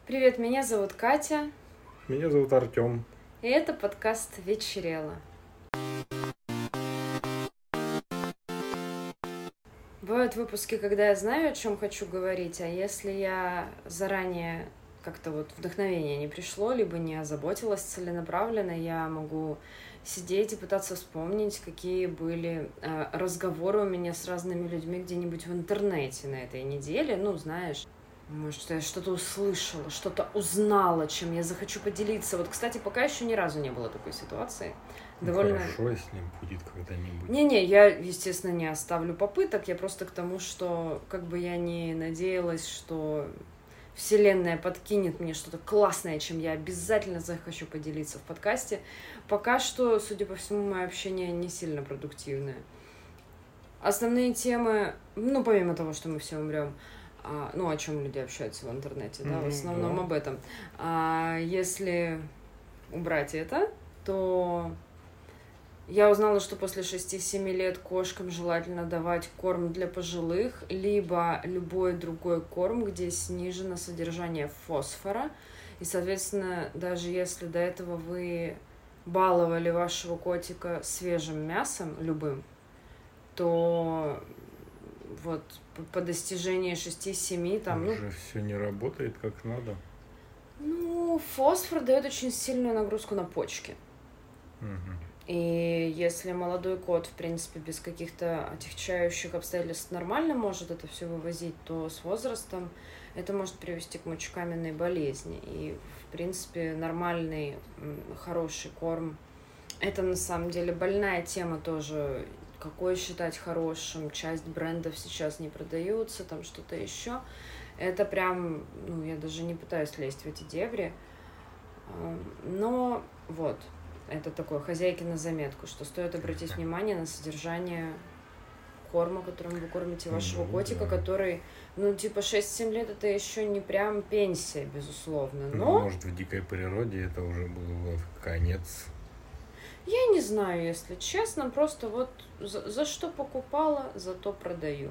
Привет, меня зовут Катя, Меня зовут Артем. и это подкаст «Вечерело». Бывают выпуски, когда я знаю, о чем хочу говорить, а если я заранее как-то вдохновение не пришло, либо не озаботилась целенаправленно, я могу сидеть и пытаться вспомнить, какие были разговоры у меня с разными людьми где-нибудь в интернете на этой неделе. Ну, знаешь, может, я что-то услышала, что-то узнала, чем я захочу поделиться. Вот, кстати, пока еще ни разу не было такой ситуации. Довольно... Хорошо, если будет когда-нибудь. Не-не, я, естественно, не оставлю попыток. Я просто к тому, что как бы я не надеялась, что Вселенная подкинет мне что-то классное, чем я обязательно захочу поделиться в подкасте. Пока что, судя по всему, мое общение не сильно продуктивное. Основные темы, ну, помимо того, что мы все умрем, о чем люди общаются в интернете, да, в основном да. об этом. Если убрать это, то я узнала, что после 6-7 лет кошкам желательно давать корм для пожилых, либо любой другой корм, где снижено содержание фосфора. И, соответственно, даже если до этого вы баловали вашего котика свежим мясом, любым, то вот по достижении 6-7 там... Уже все не работает как надо. Ну, фосфор дает очень сильную нагрузку на почки. И если молодой кот, в принципе, без каких-то отягчающих обстоятельств нормально может это все вывозить, то с возрастом это может привести к мочекаменной болезни. И, в принципе, нормальный, хороший корм — это на самом деле больная тема тоже. Какой считать хорошим? Часть брендов сейчас не продаются, там что-то еще. Это прям, я даже не пытаюсь лезть в эти дебри. Но вот, это такое хозяйки на заметку, что стоит обратить внимание на содержание корма, которым вы кормите вашего котика, который, 6-7 лет это еще не прям пенсия, безусловно. Но может, в дикой природе это уже было конец. Я не знаю, если честно, просто вот за что покупала, за то продаю.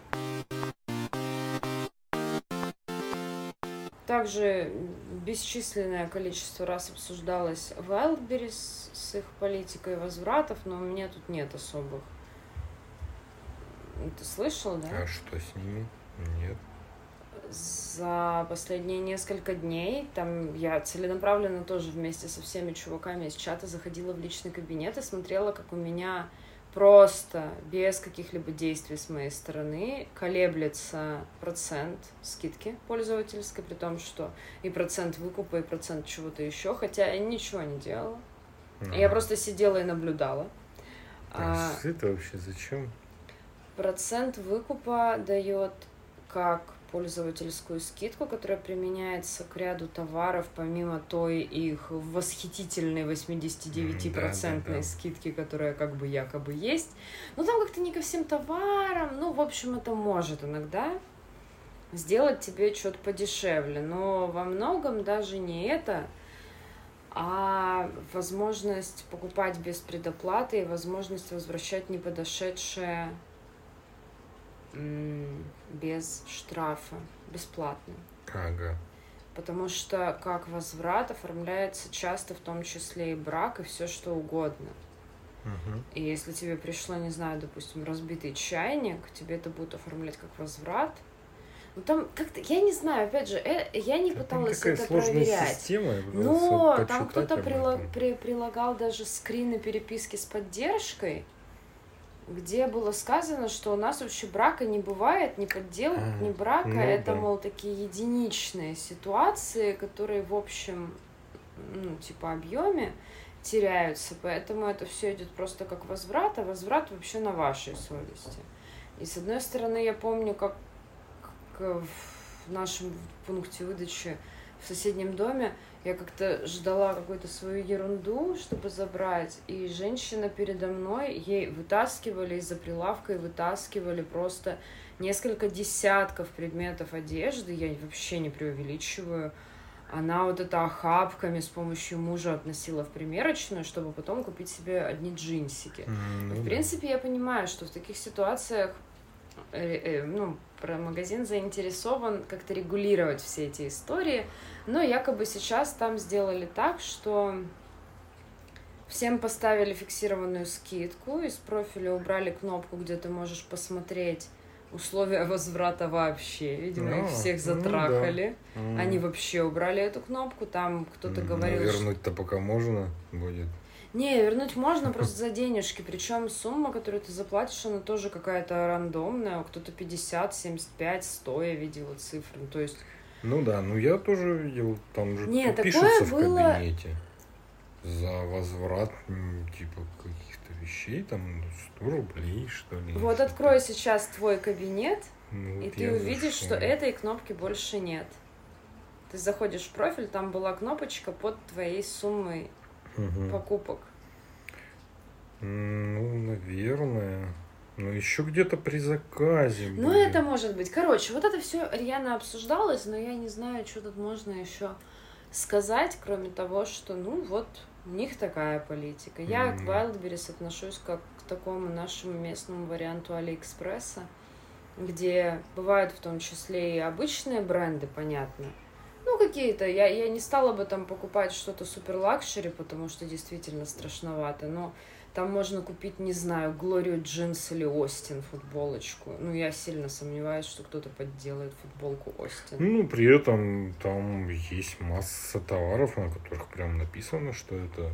Также бесчисленное количество раз обсуждалось Wildberries с их политикой возвратов, но у меня тут нет особых. Ты слышал, да? А что с ними? Нет. За последние несколько дней, там я целенаправленно тоже вместе со всеми чуваками из чата заходила в личный кабинет и смотрела, как у меня просто без каких-либо действий с моей стороны колеблется процент скидки пользовательской, при том, что и процент выкупа, и процент чего-то еще, хотя я ничего не делала. Я просто сидела и наблюдала. Это вообще зачем? Процент выкупа дает как пользовательскую скидку, которая применяется к ряду товаров, помимо той их восхитительной 89% скидки, которая как бы якобы есть. Но там как-то не ко всем товарам. В общем, это может иногда сделать тебе что-то подешевле. Но во многом даже не это, а возможность покупать без предоплаты и возможность возвращать неподошедшее без штрафа, бесплатно. Ага. Потому что как возврат оформляется часто в том числе и брак, и все что угодно. И если тебе пришло, не знаю, допустим, разбитый чайник, тебе это будут оформлять как возврат. Там как-то, я не знаю, опять же, я не пыталась это проверять. Система, но там кто-то прилагал даже скрины переписки с поддержкой, где было сказано, что у нас вообще брака не бывает, ни подделок, ни брака. Это, мол, такие единичные ситуации, которые в общем, объеме теряются. Поэтому это все идет просто как возврат, а возврат вообще на вашей совести. И с одной стороны, я помню, как в нашем пункте выдачи в соседнем доме я как-то ждала какую-то свою ерунду, чтобы забрать, и женщина передо мной, ей вытаскивали из-за прилавка, и вытаскивали просто несколько десятков предметов одежды, я вообще не преувеличиваю. Она вот это охапками с помощью мужа относила в примерочную, чтобы потом купить себе одни джинсики. В принципе, я понимаю, что в таких ситуациях про магазин заинтересован как-то регулировать все эти истории, но якобы сейчас там сделали так, что всем поставили фиксированную скидку, из профиля убрали кнопку, где ты можешь посмотреть условия возврата вообще. Видимо, их всех затрахали. Ну, да. Они вообще убрали эту кнопку. Там кто-то говорил... Вернуть-то пока можно будет. Не, вернуть можно просто за денежки. Причем сумма, которую ты заплатишь, она тоже какая-то рандомная. Кто-то 50, 75, 100, я видела цифры. То есть... Ну да, я тоже видел. Там же пишется в кабинете. За возврат, типа, каких-то вещей, там, 100 рублей, что ли. Вот открой сейчас твой кабинет, и ты увидишь, что этой кнопки больше нет. Ты заходишь в профиль, там была кнопочка под твоей суммой покупок. Наверное. Еще где-то при заказе. Это может быть. Короче, вот это все рьяно обсуждалось, но я не знаю, что тут можно еще сказать, кроме того, что, у них такая политика. Я к Wildberries отношусь как к такому нашему местному варианту Алиэкспресса, где бывают в том числе и обычные бренды, понятно. Какие-то. Я не стала бы там покупать что-то супер лакшери, потому что действительно страшновато. Но там можно купить, не знаю, Глорию Джинс или Остин футболочку. Я сильно сомневаюсь, что кто-то подделает футболку Остин. При этом там есть масса товаров, на которых прям написано, что это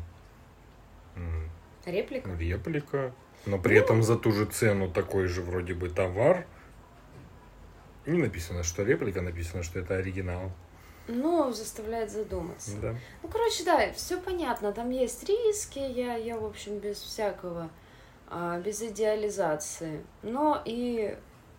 реплика. Но при этом за ту же цену такой же вроде бы товар. Не написано, что реплика, написано, что это оригинал. Заставляет задуматься. Да. Да, все понятно. Там есть риски, я в общем, без всякого, без идеализации. Но и,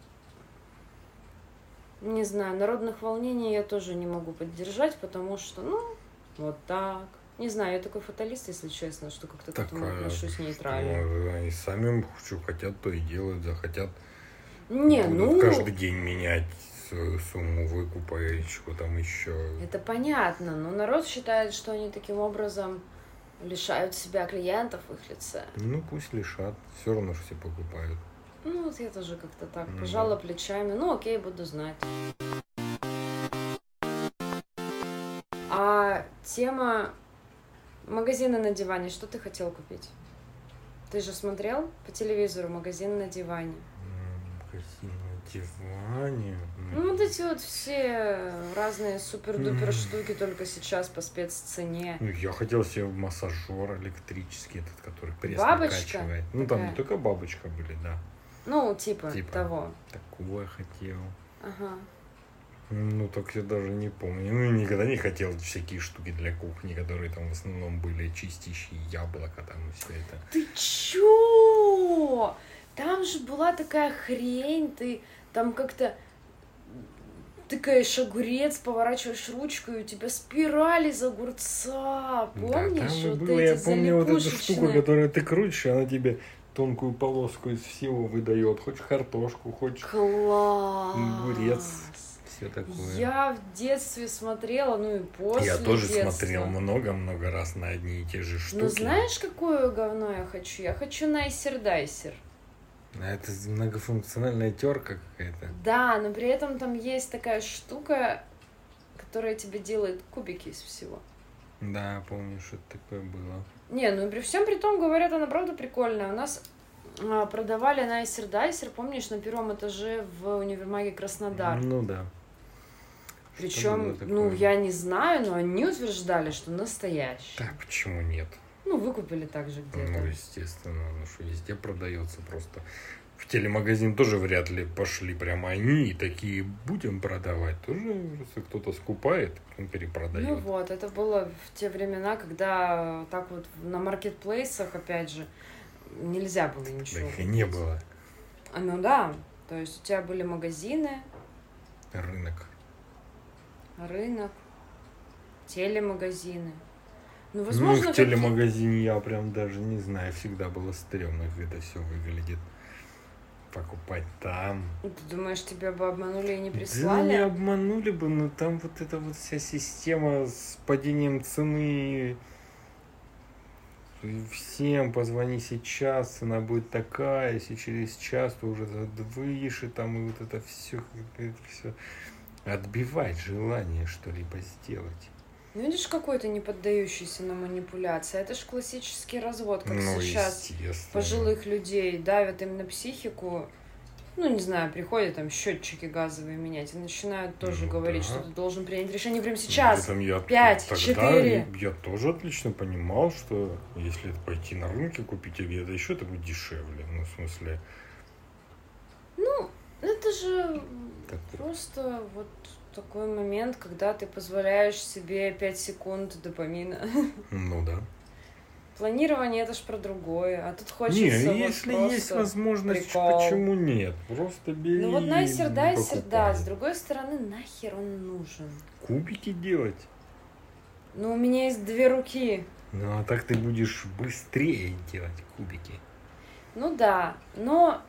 не знаю, народных волнений я тоже не могу поддержать, потому что, вот так. Не знаю, я такой фаталист, если честно, что как-то к этому отношусь нейтрально. Они сами что хотят, то и делают, захотят. Будут каждый день менять сумму выкупа и чего там еще. Это понятно, но народ считает, что они таким образом лишают себя клиентов в их лице. Пусть лишат, все равно все покупают. Я тоже как-то так пожала плечами. Окей, буду знать. А тема магазина на диване, что ты хотел купить? Ты же смотрел по телевизору магазин на диване? Магазин на диване? Вот эти вот все разные супер-дупер штуки только сейчас по спеццене. Я хотел себе массажер электрический, этот, который пресс накачивает. Там не только бабочка были, да. Типа того. Такое хотел. Ага. Так я даже не помню. Никогда не хотел всякие штуки для кухни, которые там в основном были чистящие яблоко, там и все это. Ты чё? Там же была такая хрень, ты там как-то тыкаешь огурец, поворачиваешь ручку, и у тебя спираль из огурца. Помнишь? Да, там было, я помню вот эту штуку, которую ты крутишь, она тебе тонкую полоску из всего выдает. Хочешь картошку, хочешь огурец. Все такое. Я в детстве смотрела, и после Я тоже детства. смотрел много-много раз на одни и те же штуки. Знаешь, какое говно я хочу? Я хочу Найсер-Дайсер. Это многофункциональная терка какая-то. Да, но при этом там есть такая штука, которая тебе делает кубики из всего. Да, помню, что такое было. При всем при том, говорят, она правда прикольная. У нас продавали Найсер-Дайсер, помнишь, на 1 этаже в универмаге Краснодар. Да. Причем, я не знаю, но они утверждали, что настоящий. Так, почему нет? Выкупили так же где-то. Естественно, что везде продается просто. В телемагазин тоже вряд ли пошли прямо они и такие будем продавать. Тоже, если кто-то скупает, он перепродает. Это было в те времена, когда так вот на маркетплейсах, опять же, нельзя было ничего. Да их и не было. Да, то есть у тебя были магазины. Рынок, телемагазины. Возможно, в телемагазине я прям даже не знаю, всегда было стрёмно, как это все выглядит. Покупать там. Ты думаешь, тебя бы обманули и не прислали? Да не обманули бы, но там вот эта вот вся система с падением цены, всем позвони сейчас, цена будет такая, если через час ты уже задвинешь, там и вот это все отбивать желание что-либо сделать. Ну, видишь, какой-то не поддающийся на манипуляции. Это же классический развод, как Ну, сейчас пожилых людей давят им на психику. Ну, не знаю, приходят там счетчики газовые менять и начинают тоже говорить, что ты должен принять решение прямо сейчас. 5, 4. Я тоже отлично понимал, что если пойти на рынке купить где-то еще, это будет дешевле. Ну, в смысле... Ну, это же просто вот такой момент, когда ты позволяешь себе 5 секунд допамина. Ну, да. Планирование это ж про другое, а тут хочется если есть возможность, прикол. Почему нет? Просто бери. Ну вот нахер да, с другой стороны, нахер он нужен? Кубики делать. Ну у меня есть 2 руки. Ну а так ты будешь быстрее делать кубики. Ну да, но...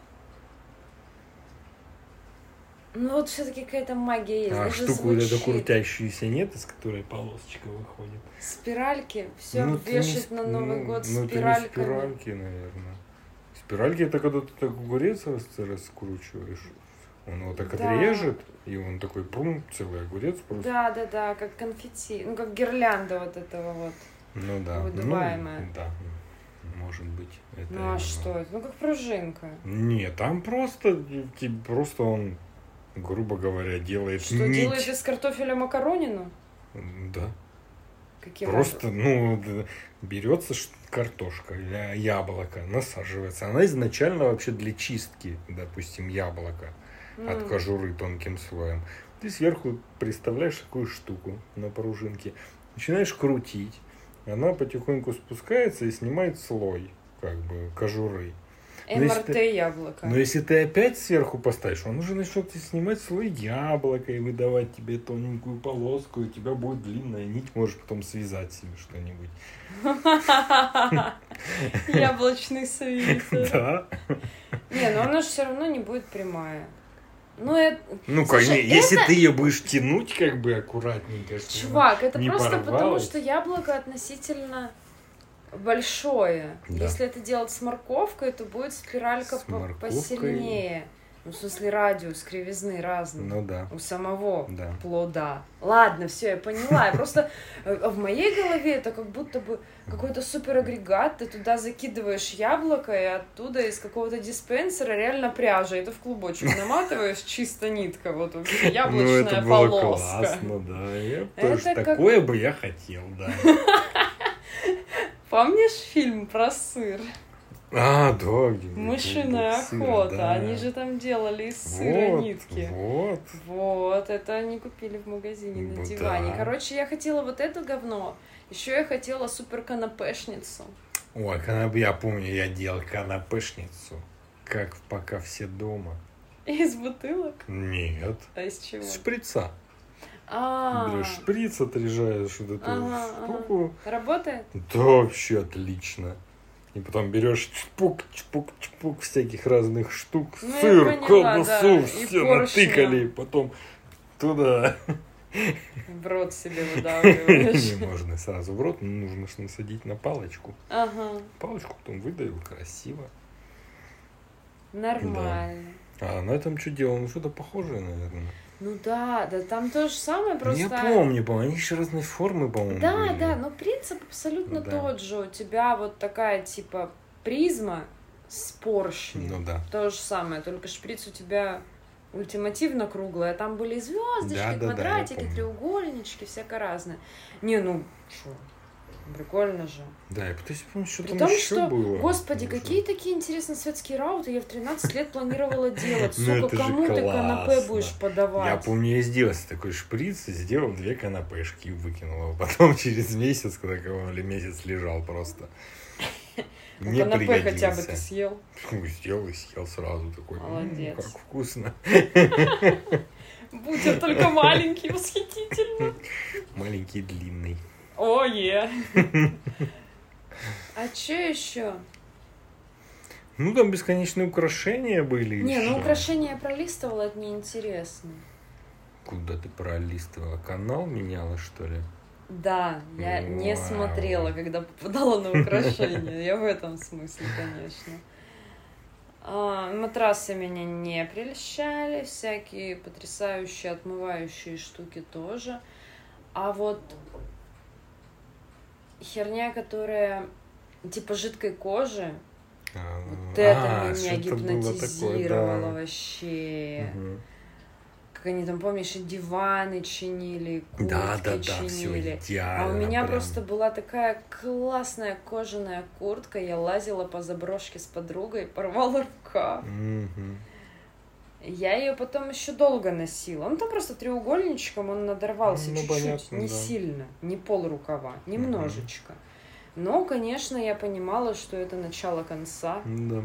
Ну вот все-таки какая-то магия есть. А даже штуку вот звучит. эту крутящуюся нет, из которой полосочка выходит? Спиральки. Все вешать на Новый год спиральками. Ну, это не спиральки, наверное. Спиральки это когда ты так огурец раскручиваешь. Он его так отрежет, и он такой пум, целый огурец просто. Да, как конфетти. Ну, как гирлянда вот этого вот. Ну да. Выдуваемая. Ну, да. Может быть. Это ну а что это? Ну как пружинка. Нет, там просто он, грубо говоря, делает что нить. Делает из картофеля макаронину? Да. Каким просто, берется картошка или яблоко, насаживается. Она изначально вообще для чистки, допустим, яблока от кожуры тонким слоем. Ты сверху представляешь такую штуку на пружинке, начинаешь крутить, она потихоньку спускается и снимает слой, как бы, кожуры. МРТ яблоко. Но если ты опять сверху поставишь, он уже начнет снимать слой яблока и выдавать тебе тоненькую полоску, и у тебя будет длинная нить, можешь потом связать себе что-нибудь. Яблочный свитер. Да. Не, но она же все равно не будет прямая. Если ты ее будешь тянуть как бы аккуратненько. Чувак, это просто потому, что яблоко относительно большое. Да. Если это делать с морковкой, то будет спиралька посильнее. Ну, в смысле, радиус кривизны разный. Ну да. У самого плода. Ладно, все, я поняла. Просто в моей голове это как будто бы какой-то суперагрегат. Ты туда закидываешь яблоко, и оттуда из какого-то диспенсера реально пряжа. Это в клубочек наматываешь, чисто нитка. Вот яблочная полоска. Ну, это было классно, да. Я тоже такое бы я хотел, да. Помнишь фильм про сыр? А, да, где Мышиная охота. Да. Они же там делали из сыра нитки. Вот, это они купили в магазине на диване. Да. Короче, я хотела вот это говно. Еще я хотела супер канапешницу. Ой, я помню, я делал канапешницу. Как пока все дома. Из бутылок? Нет. А из чего? С шприца. Берешь шприц, отрежаешь вот эту штуку. Работает? Да, вообще отлично. И потом берешь чпук всяких разных штук, сыр, колбасу, все натыкали, потом туда. В рот себе выдавливаешь. Не можно сразу в рот, нужно насадить на палочку. Ага. Палочку потом выдавил, красиво. Нормально. Да. А на этом что делал? Ну что-то похожее, наверное. Ну да, там то же самое, просто... Я помню, они еще разные формы, по-моему, были. Да, но принцип абсолютно тот же. У тебя вот такая, типа, призма с поршнем. Ну да. То же самое, только шприц у тебя ультимативно круглый, а там были звездочки, квадратики, треугольнички, всякое разное. Не, ну, что... Прикольно же. Да, я пытаюсь помнить, что там еще что, было. Господи, какие такие интересные светские рауты я в 13 лет планировала делать. Сука, кому ты канапе будешь подавать? Я помню, я сделал такой шприц, сделал 2 канапешки и выкинул его. Потом через месяц, месяц лежал просто. Не канапе хотя бы ты съел? Сделал и съел сразу. Такой, молодец. Как вкусно. Бутер только маленький, восхитительно. Маленький, длинный. О, А что еще? Ну, там бесконечные украшения были. Не, ну украшения я пролистывала, это неинтересно. Куда ты пролистывала? Канал меняла, что ли? Да, я не смотрела, когда попадала на украшения. Я в этом смысле, конечно. Матрасы меня не прельщали, всякие потрясающие отмывающие штуки тоже. А вот херня, которая типа жидкой кожи, вот это меня гипнотизировало вообще. Как они там, помнишь, и диваны чинили, куртки чинили. Всё идеально, у меня прям. просто была такая классная кожаная куртка, я лазила по заброшке с подругой, порвала рукав. Я ее потом еще долго носила. Он там просто треугольничком, он надорвался чуть-чуть, понятно, не да. сильно, не пол рукава, немножечко. Но, конечно, я понимала, что это начало конца. Да.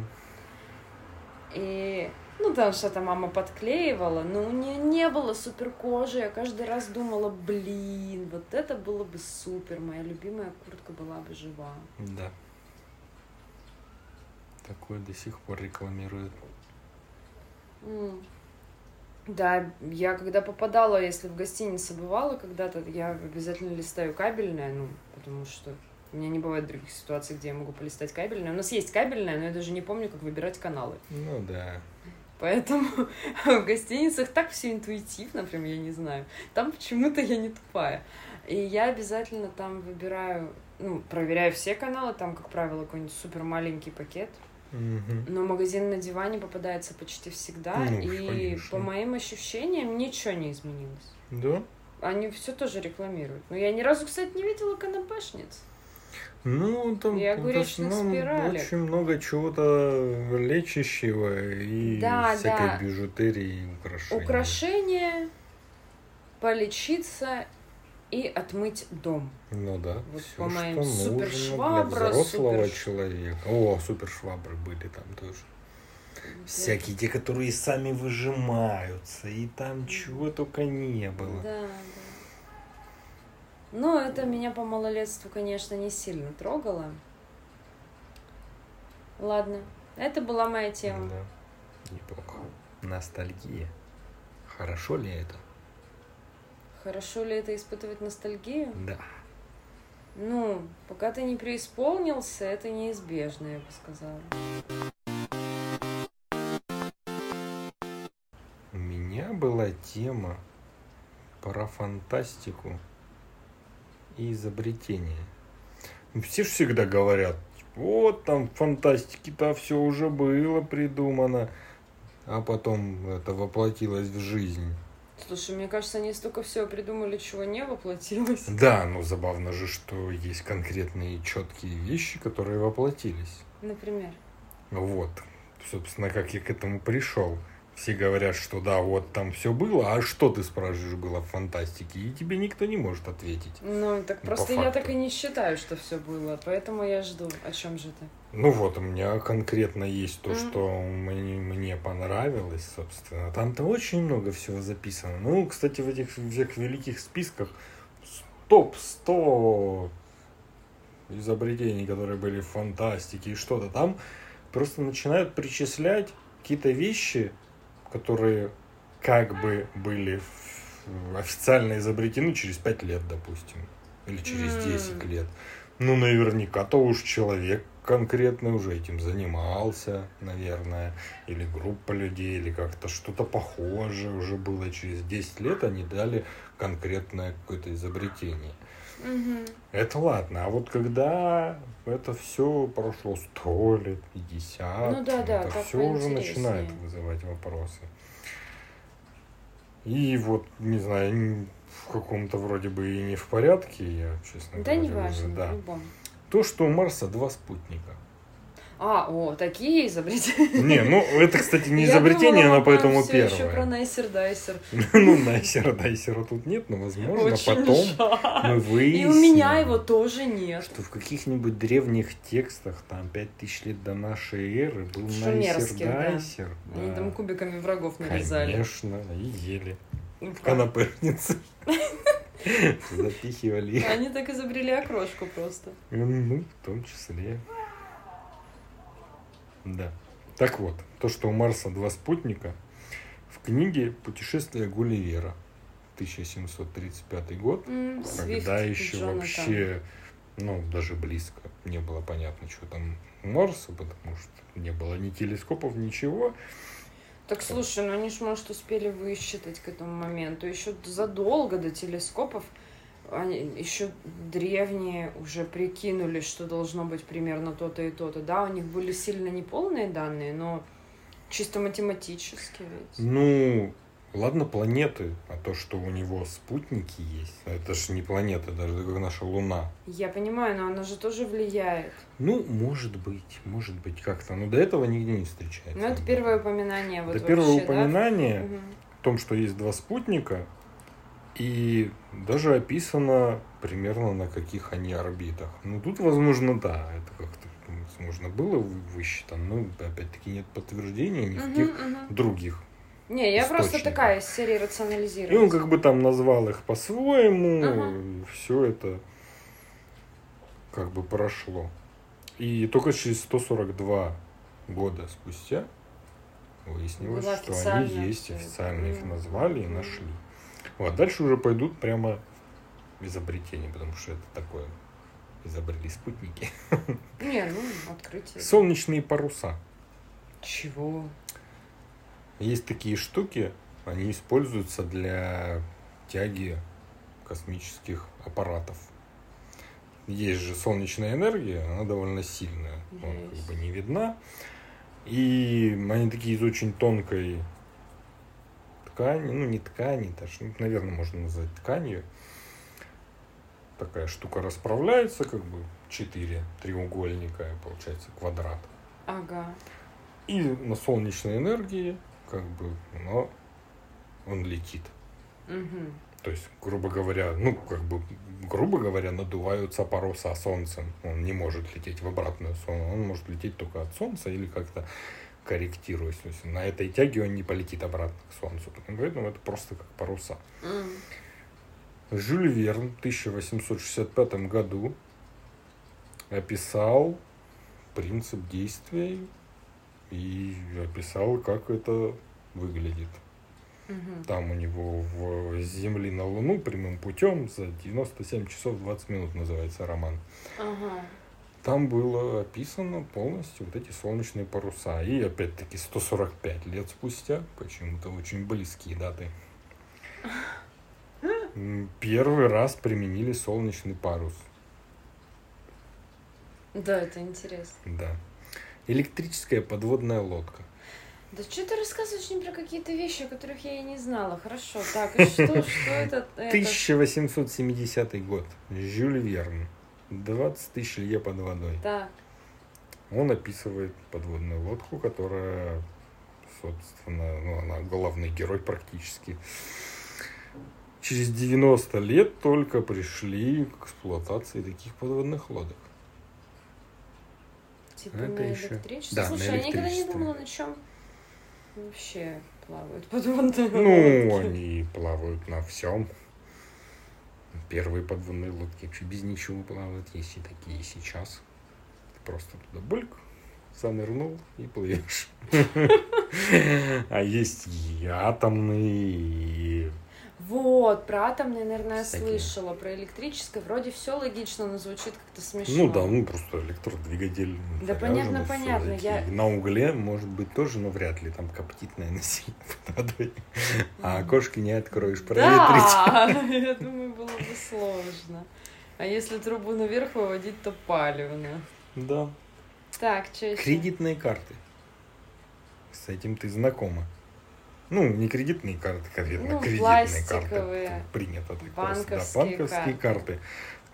И, там что-то мама подклеивала, но у нее не было супер кожи. Я каждый раз думала, блин, вот это было бы супер, моя любимая куртка была бы жива. Да. Такое до сих пор рекламируют. Да, я когда попадала, если в гостинице бывала когда-то, я обязательно листаю кабельное, потому что у меня не бывает других ситуаций, где я могу полистать кабельное. У нас есть кабельное, но я даже не помню, как выбирать каналы. Ну да. Поэтому в гостиницах так все интуитивно, прям я не знаю. Там почему-то я не тупая. И я обязательно там выбираю, проверяю все каналы, там, как правило, какой-нибудь супер маленький пакет. Но магазин на диване попадается почти всегда, и конечно. по моим ощущениям ничего не изменилось. Да? Они все тоже рекламируют. Но я ни разу, кстати, не видела канапешниц. Там и огуречных спиралек. Очень много чего-то лечащего и всякой бижутерии и украшений. Украшения, полечиться и отмыть дом. Ну да. Вот всё, по моим что супершвабра, нужно для взрослого человека. О, супершвабры были там тоже. Всякие те, которые сами выжимаются, и там чего только не было. Да. Но это меня по малолетству, конечно, не сильно трогало. Ладно, это была моя тема. Да, неплохо. Ностальгия. Хорошо ли это? Хорошо ли это испытывать ностальгию? Да. Пока ты не преисполнился, это неизбежно, я бы сказала. У меня была тема про фантастику и изобретение. Все же всегда говорят, вот там в фантастике-то все уже было придумано, а потом это воплотилось в жизнь. Слушай, мне кажется, они столько всего придумали, чего не воплотилось. Да, забавно же, что есть конкретные четкие вещи, которые воплотились. Например? Вот, собственно, как я к этому пришел. Все говорят, что да, вот там все было, а что ты спрашиваешь было в фантастике? И тебе никто не может ответить. Так просто я так и не считаю, что все было, поэтому я жду. О чем же ты? У меня конкретно есть то, что мне понравилось, собственно. Там-то очень много всего записано. Кстати, в этих всех великих списках топ-100 изобретений, которые были в фантастике и что-то там, просто начинают причислять какие-то вещи, которые как бы были официально изобретены через 5 лет, допустим, или через 10 лет. Наверняка-то уж человек конкретно уже этим занимался, наверное, или группа людей, или как-то что-то похожее уже было. Через 10 лет они дали конкретное какое-то изобретение. Это ладно, а вот когда это все прошло 100 лет, 50, это все уже начинает вызывать вопросы. И вот, не знаю, в каком-то вроде бы и не в порядке, я, честно говоря. Да, не важно, в любом. То, что у Марса 2 спутника. Такие изобретения. Это, кстати, не изобретение, но поэтому первое. Еще про Найсер-Дайсер. Найсера тут нет, но, возможно, очень потом мы выясним. И у меня его тоже нет. Что в каких-нибудь древних текстах, там, 5000 лет до нашей эры, был Найсер-Дайсер. Да. Они там кубиками врагов нарезали. Конечно, и ели. В канапешнице. Запихивали их. Они так изобрели окрошку просто. В том числе. Да. Так вот, то, что у Марса 2 спутника, в книге «Путешествие Гулливера» 1735 год, когда Свифт, еще Джонатан. вообще, даже близко не было понятно, что там Марса, потому что не было ни телескопов, ничего. Так слушай, они ж, может, успели высчитать к этому моменту. Еще задолго до телескопов они еще древние уже прикинули, что должно быть примерно то-то и то-то. Да, у них были сильно неполные данные, но чисто математически ведь. Ладно, планеты, а то, что у него спутники есть, это же не планета, даже как наша Луна. Я понимаю, но она же тоже влияет. Может быть как-то, но до этого нигде не встречается. Это первое упоминание. Это первое вообще, упоминание да? о том, что есть два спутника, и даже описано примерно на каких они орбитах. Тут, возможно, да, это как-то возможно было высчитано, но опять-таки нет подтверждения никаких других. Не, я просто такая из серии рационализировать. И он как бы там назвал их по-своему, и все это как бы прошло. И только через 142 года спустя выяснилось, что они есть, официально их назвали и нашли. Вот, дальше уже пойдут прямо изобретения, потому что это такое, изобрели спутники. Открытие. Солнечные паруса. Чего? Есть такие штуки, они используются для тяги космических аппаратов. Есть же солнечная энергия, она довольно сильная, она как бы не видна. И они такие из очень тонкой ткани, не ткани, даже, наверное, можно назвать тканью. Такая штука расправляется, как бы 4 треугольника, получается квадрат. Ага. И на солнечной энергии он летит. Угу. То есть, грубо говоря, надуваются паруса солнцем. Он не может лететь в обратную сторону, он может лететь только от солнца или как-то корректируясь. То есть, на этой тяге он не полетит обратно к солнцу. Поэтому это просто как паруса. Жюль Верн в 1865 году описал принцип действия и описал, как это выглядит. Там у него с Земли на Луну прямым путем за 97 часов 20 минут называется роман. Там было описано полностью вот эти солнечные паруса. И опять-таки 145 лет спустя, почему-то очень близкие даты, первый раз применили солнечный парус. Да, это интересно. Да. Электрическая подводная лодка. Да что ты рассказываешь мне про какие-то вещи, о которых я и не знала. Хорошо, так, и что это? 1870 год. Жюль Верн. 20 тысяч лье под водой. Так. Он описывает подводную лодку, которая, собственно, она главный герой практически. Через 90 лет только пришли к эксплуатации таких подводных лодок. Типа на электричестве? Да, слушай, на я никогда не думала, на чем вообще плавают подводные лодки. Они плавают на всем. Первые подводные лодки вообще без ничего плавают, есть и такие сейчас. Ты просто туда бульк, занырнул и плывешь. А есть и атомные, Вот, про атомные, наверное, я слышала. Про электрическое вроде все логично, но звучит как-то смешно. Просто электродвигатель. Да, понятно. На угле, может быть, тоже, но вряд ли. Там коптит, наверное, сильно под водой. А окошки не откроешь проветрить. Да, я думаю, было бы сложно. А если трубу наверх выводить, то палевно. Да. Так, что еще? Кредитные карты. С этим ты знакома. Не кредитные карты, конкретно кредитные карты. Принято так просто. Банковские карты. В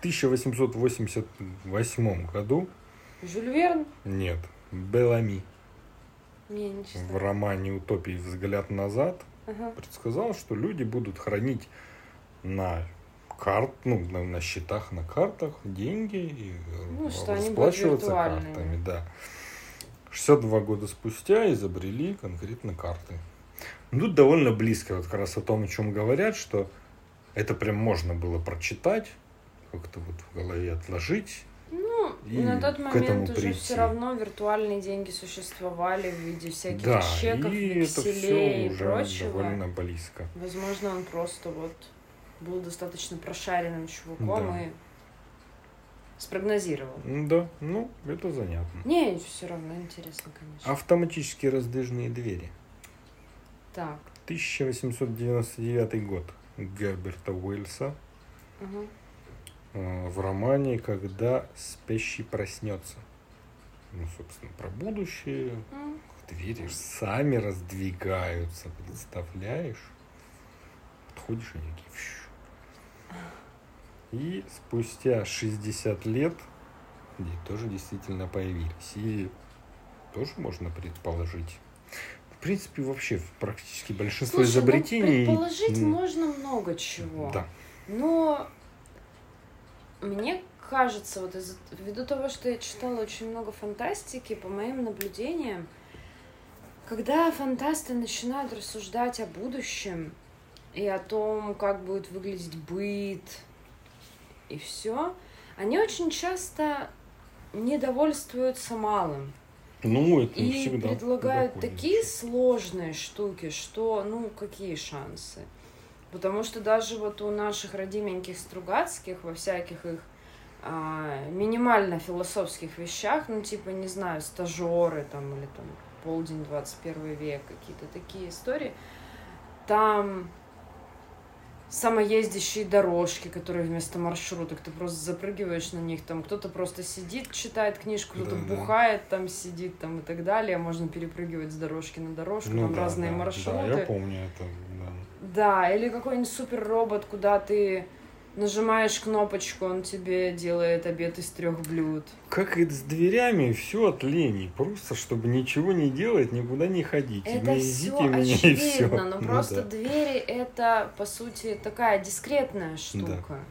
1888 году. Жюль Верн? Нет, Белами. Не читала. В романе «Утопии. Взгляд назад» предсказал, что люди будут хранить на счетах, на картах деньги и расплачиваться картами. Да. 62 года спустя изобрели конкретно карты. Тут довольно близко как раз о том, о чем говорят, что это прям можно было прочитать, как-то в голове отложить Ну, на тот момент уже все равно виртуальные деньги существовали в виде всяких чеков, векселей и прочего. Довольно близко. Возможно, он просто вот был достаточно прошаренным чуваком и спрогнозировал. Да, ну, это занятно. Не, все равно интересно, конечно. Автоматические раздвижные двери. Так. 1899 год. Герберта Уэллса. Угу. В романе «Когда спящий проснется». Ну, собственно, про будущее. Двери сами раздвигаются, представляешь? Подходишь, они такие... И спустя 60 лет они тоже действительно появились. И тоже можно предположить. В принципе, вообще практически большинство изобретений... предположить можно много чего. Да. Но мне кажется, вот ввиду того, что я читала очень много фантастики, по моим наблюдениям, когда фантасты начинают рассуждать о будущем и о том, как будет выглядеть быт и все, они очень часто не довольствуются малым. Ну, это и всегда предлагают такие сложные штуки, что, ну, какие шансы? Потому что даже вот у наших родименьких Стругацких во всяких их минимально философских вещах, ну, типа, не знаю, стажеры там или там полдень 21 век, какие-то такие истории, там самоездящие дорожки, которые вместо маршруток, ты просто запрыгиваешь на них, там кто-то просто сидит, читает книжку, кто-то бухает, там сидит, там и так далее, можно перепрыгивать с дорожки на дорожку, ну, там разные маршруты. Да, я помню это, да. Да, или какой-нибудь суперробот, куда ты нажимаешь кнопочку, он тебе делает обед из 3 блюд. Как и с дверями, все от лени. Просто, чтобы ничего не делать, никуда не ходить. Это все очевидно, но просто двери это, по сути, такая дискретная штука. Да.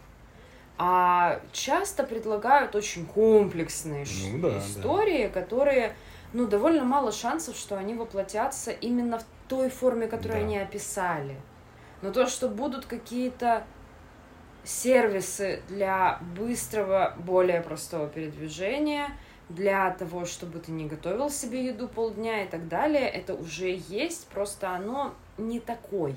А часто предлагают очень комплексные истории, которые, ну, довольно мало шансов, что они воплотятся именно в той форме, которую они описали. Но то, что будут какие-то сервисы для быстрого, более простого передвижения, для того, чтобы ты не готовил себе еду полдня и так далее, это уже есть, просто оно не такое.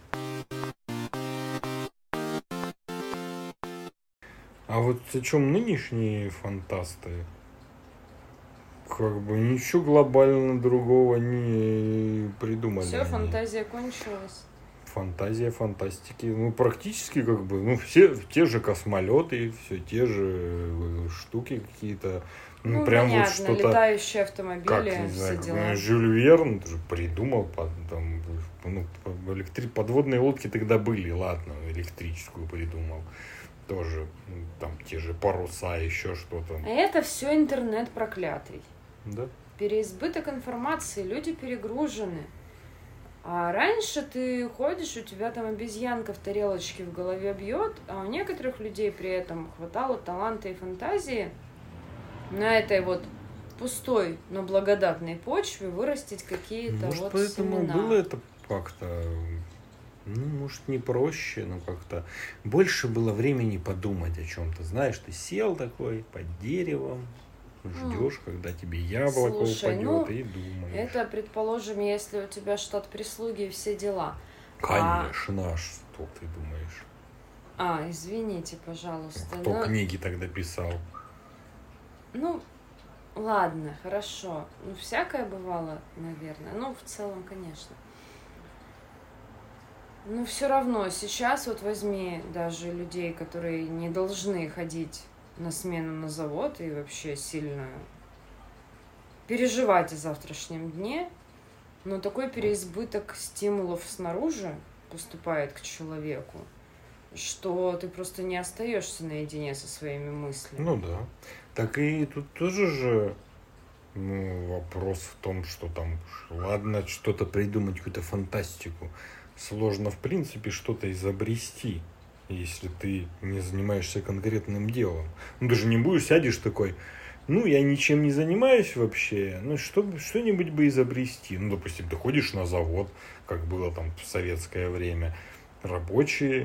А вот о чем нынешние фантасты? Как бы ничего глобально другого не придумали. Все, фантазия кончилась. Фантазия, фантастики, ну, практически как бы, ну, все те же космолеты, все те же штуки какие-то. Ну, прям понятно, вот что-то, летающие автомобили, как, не все знаю, дела. Жюль Верн тоже придумал, там, ну, подводные лодки тогда были, ладно, электрическую придумал. Тоже, там, те же паруса, еще что-то. Это все интернет проклятый. Да. Переизбыток информации, люди перегружены. А раньше ты ходишь, у тебя там обезьянка в тарелочке в голове бьет, а у некоторых людей при этом хватало таланта и фантазии на этой вот пустой, но благодатной почве вырастить какие-то может, вот поэтому семена. Было это как-то, ну, может, не проще, но как-то больше было времени подумать о чем-то. Знаешь, ты сел такой под деревом, ждешь, когда тебе яблоко упадет, и думаешь. Это, предположим, если у тебя штат прислуги и все дела. Конечно, что ты думаешь? Извините, пожалуйста. Кто книги тогда писал? Ну, ладно, хорошо. Ну, всякое бывало, наверное. Ну, в целом, конечно. Но все равно, сейчас вот возьми даже людей, которые не должны ходить на смену на завод и вообще сильно переживать о завтрашнем дне, но такой переизбыток стимулов снаружи поступает к человеку, что ты просто не остаешься наедине со своими мыслями. Ну да. Так и тут тоже же вопрос в том, что там, ладно, что-то придумать, какую-то фантастику. Сложно, в принципе, что-то изобрести, если ты не занимаешься конкретным делом. Ну, ты же не будешь, сядешь такой, ну, я ничем не занимаюсь вообще, ну, что-нибудь бы изобрести. Ну, допустим, ты ходишь на завод, как было там в советское время, рабочие,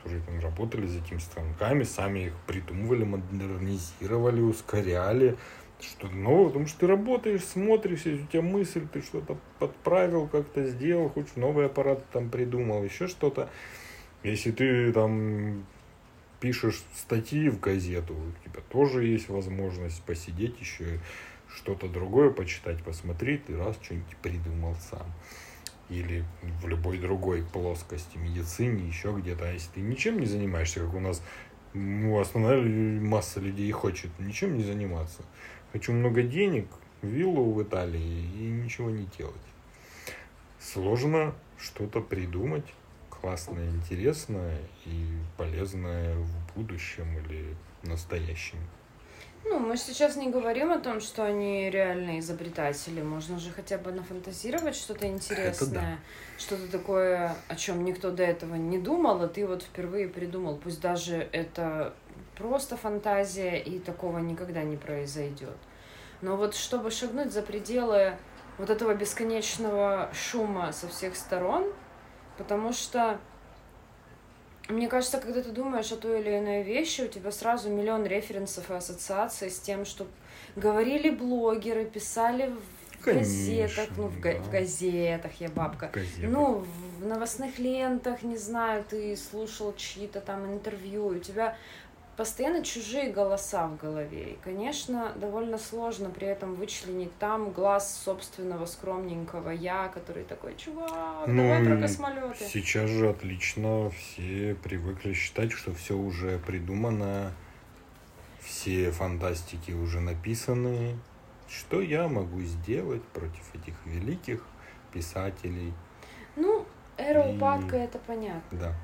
которые там работали за этими станками, сами их придумывали, модернизировали, ускоряли. Что новое, потому что ты работаешь, смотришь, если у тебя мысль, ты что-то подправил, как-то сделал, хоть новый аппарат там придумал, еще что-то. Если ты там пишешь статьи в газету, у тебя тоже есть возможность посидеть еще, что-то другое почитать, посмотреть, ты раз что-нибудь придумал сам. Или в любой другой плоскости, медицине, еще где-то. А если ты ничем не занимаешься, как у нас основная масса людей хочет ничем не заниматься. Хочу много денег, виллу в Италии и ничего не делать. Сложно что-то придумать классное, интересное и полезное в будущем или настоящем. Ну, мы же сейчас не говорим о том, что они реальные изобретатели. Можно же хотя бы нафантазировать что-то интересное, что-то такое, о чем никто до этого не думал, а ты вот впервые придумал. Пусть даже это просто фантазия, и такого никогда не произойдет. Но вот чтобы шагнуть за пределы вот этого бесконечного шума со всех сторон, потому что мне кажется, когда ты думаешь о той или иной вещи, у тебя сразу миллион референсов и ассоциаций с тем, что говорили блогеры, писали в газетах, ну, в газетах, я бабка, ну, в новостных лентах, не знаю, ты слушал чьи-то там интервью, и у тебя постоянно чужие голоса в голове. И, конечно, довольно сложно при этом вычленить там глаз собственного скромненького я, который такой: чувак, давай про космолеты. Сейчас же отлично все привыкли считать, что все уже придумано, все фантастики уже написаны. Что я могу сделать против этих великих писателей? Ну, эра упадка, это понятно. Да.